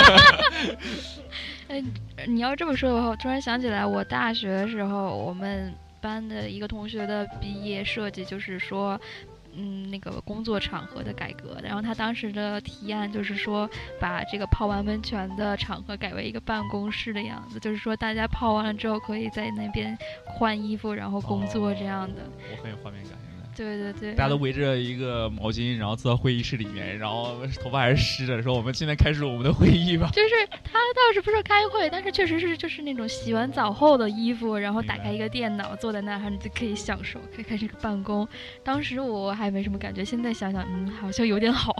Speaker 1: 哎，你要这么说的话，我突然想起来，我大学的时候，我们班的一个同学的毕业设计就是说， 嗯那个工作场合的改革。然后他当时的提案就是说，把这个泡完温泉的场合改为一个办公室的样子，就是说大家泡完了之后可以在那边换衣服，然后工作这样的。
Speaker 3: 哦、我很有画面感。
Speaker 1: 对对对，
Speaker 3: 大家都围着一个毛巾，然后坐到会议室里面，然后头发还是湿的，说我们现在开始我们的会议吧。
Speaker 1: 就是他倒是不是开会，但是确实是就是那种洗完澡后的衣服，然后打开一个电脑，坐在那儿，你就可以享受，可以开始办公。当时我还没什么感觉，现在想想，嗯，好像有点好。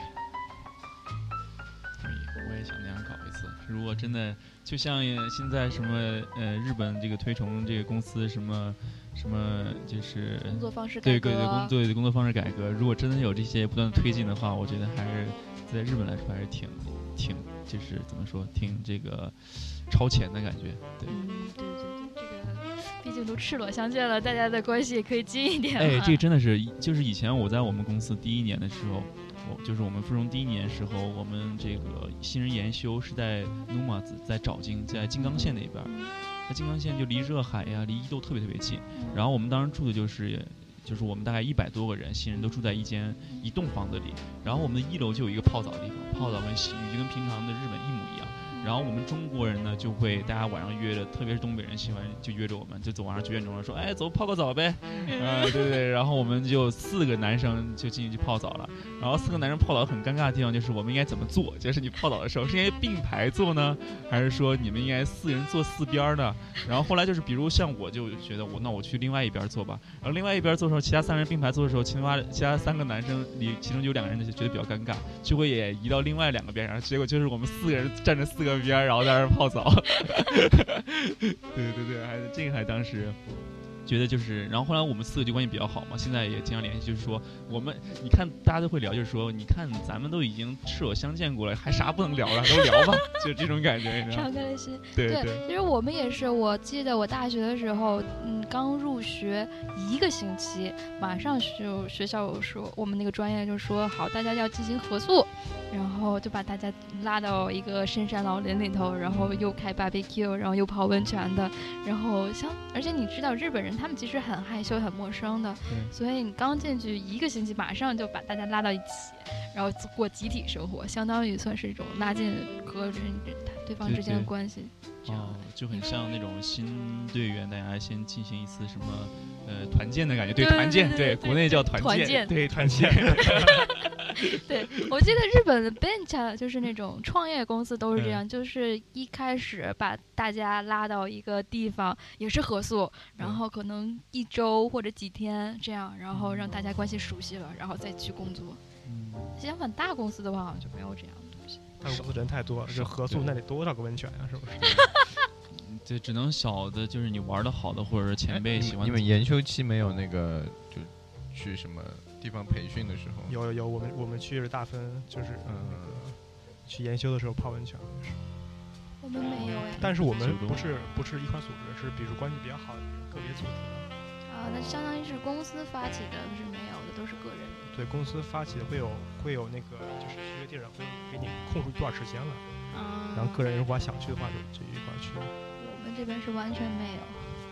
Speaker 3: 可以，我也想那样搞一次。如果真的就像现在什么呃日本这个推崇这个公司什么。什么就是
Speaker 1: 工作方式改革，
Speaker 3: 对对对，工作对工作方式改革。如果真的有这些不断的推进的话，我觉得还是在日本来说还是挺挺就是怎么说，挺这个超前的感觉。对，
Speaker 1: 嗯，对对对，这个毕竟都赤裸相见了，大家的关系也可以近一点。
Speaker 3: 哎，这个真的是，就是以前我在我们公司第一年的时候，我就是我们附中第一年的时候，我们这个新人研修是在 N U M A 在沼津，在金刚县那边。那金刚县就离热海呀、离伊豆特别特别近，然后我们当时住的就是，就是我们大概一百多个人，新人都住在一间一栋房子里，然后我们的一楼就有一个泡澡的地方，泡澡跟洗浴就跟平常的日本一模一样。然后我们中国人呢，就会大家晚上约着，特别是东北人喜欢就约着我们，就走晚上九点钟了，说哎走泡个澡呗，啊、呃、对对，然后我们就四个男生就进去去泡澡了。然后四个男生泡澡很尴尬的地方就是我们应该怎么做，就是你泡澡的时候是应该并排坐呢，还是说你们应该四个人坐四边呢？然后后来就是比如像我就觉得我那我去另外一边坐吧，然后另外一边坐的时候，其他三人并排坐的时候，其他其他三个男生里其中有两个人就觉得比较尴尬，就会也移到另外两个边上，结果就是我们四个人站着四个边，然后在那儿泡澡。对对对，还这个还当时觉得就是，然后后来我们四个就关系比较好嘛，现在也经常联系，就是说我们你看大家都会聊，就是说你看咱们都已经赤裸相见过了，还啥不能聊了，都聊吧，就这种感觉，你知道吗？
Speaker 1: 敞开了心。
Speaker 3: 对
Speaker 1: 对,
Speaker 3: 对，
Speaker 1: 其实我们也是，我记得我大学的时候，嗯，刚入学一个星期，马上就学校有说我们那个专业就说好，大家要进行合宿。然后就把大家拉到一个深山老林里头，然后又开 barbecue， 然后又泡温泉的，然后像，而且你知道日本人他们其实很害羞、很陌生的，所以你刚进去一个星期，马上就把大家拉到一起，然后过集体生活，相当于算是一种拉近和人对方之间的关系。
Speaker 3: 对对哦，就很像那种新队员，大家先进行一次什么呃团建的感觉，对，团建，对，国内叫团建，对，团建。
Speaker 1: 对，我记得日本的 bench 就是那种创业公司都是这样，嗯、就是一开始把大家拉到一个地方，也是合宿，然后可能一周或者几天这样，然后让大家关系熟悉了，然后再去工作。嗯，相反大公司的话好像就没有这样的东西。
Speaker 2: 大公司人太多了，这合宿那得多少个温泉啊，是不是？
Speaker 3: 对，只能小的，就是你玩的好的，或者是前辈喜欢。
Speaker 4: 你们研修期没有那个就去什么地方培训的时候？
Speaker 2: 有有有，我们我们去是大分，就是嗯、呃，去研修的时候泡温泉。
Speaker 1: 我们没有哎。
Speaker 2: 但是我们不是不是一块组织，是比如关系比较好的个别组织的。
Speaker 1: 啊，那相当于是公司发起的，是没有的，都是个人。
Speaker 2: 对，公司发起的会有会有那个，就是这个地儿会给你空出多少时间了。啊。然后个人如果想去的话，就就一块去。
Speaker 1: 我们这边是完全没有。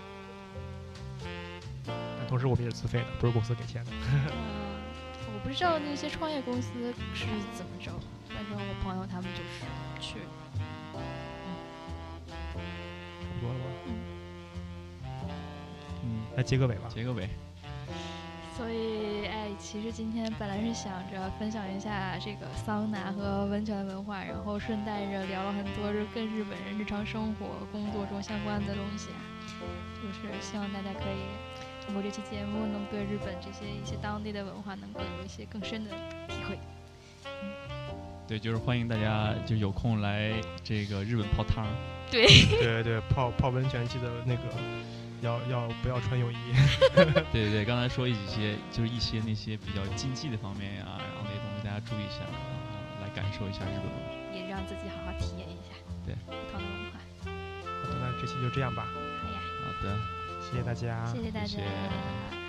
Speaker 2: 但同时我们也是自费的，不是公司给钱的。
Speaker 1: 嗯，我不知道那些创业公司是怎么着，反正我朋友他们就是去。嗯，
Speaker 2: 差不多了吧？
Speaker 1: 嗯。
Speaker 2: 嗯，来结个尾吧。
Speaker 3: 结个尾。
Speaker 1: 所以，哎，其实今天本来是想着分享一下这个桑拿和温泉文化，然后顺带着聊了很多跟日本人日常生活、工作中相关的东西啊。就是希望大家可以通过这期节目，能对日本这些一些当地的文化能够有一些更深的体会。
Speaker 3: 嗯，对，就是欢迎大家就有空来这个日本泡汤。
Speaker 1: 对
Speaker 2: 对对，泡泡温泉记得那个。要要不要穿泳衣？
Speaker 3: 对对对，刚才说一些就是一些那些比较禁忌的方面呀、啊，然后那些东西大家注意一下，然后来感受一下日本文化，
Speaker 1: 也让自己好好体验一下
Speaker 3: 对
Speaker 1: 不同的文化。
Speaker 2: 好的，那这期就这样吧。
Speaker 1: 好呀。
Speaker 3: 好的，
Speaker 2: 谢谢大家，
Speaker 1: 谢谢大家。
Speaker 3: 谢谢。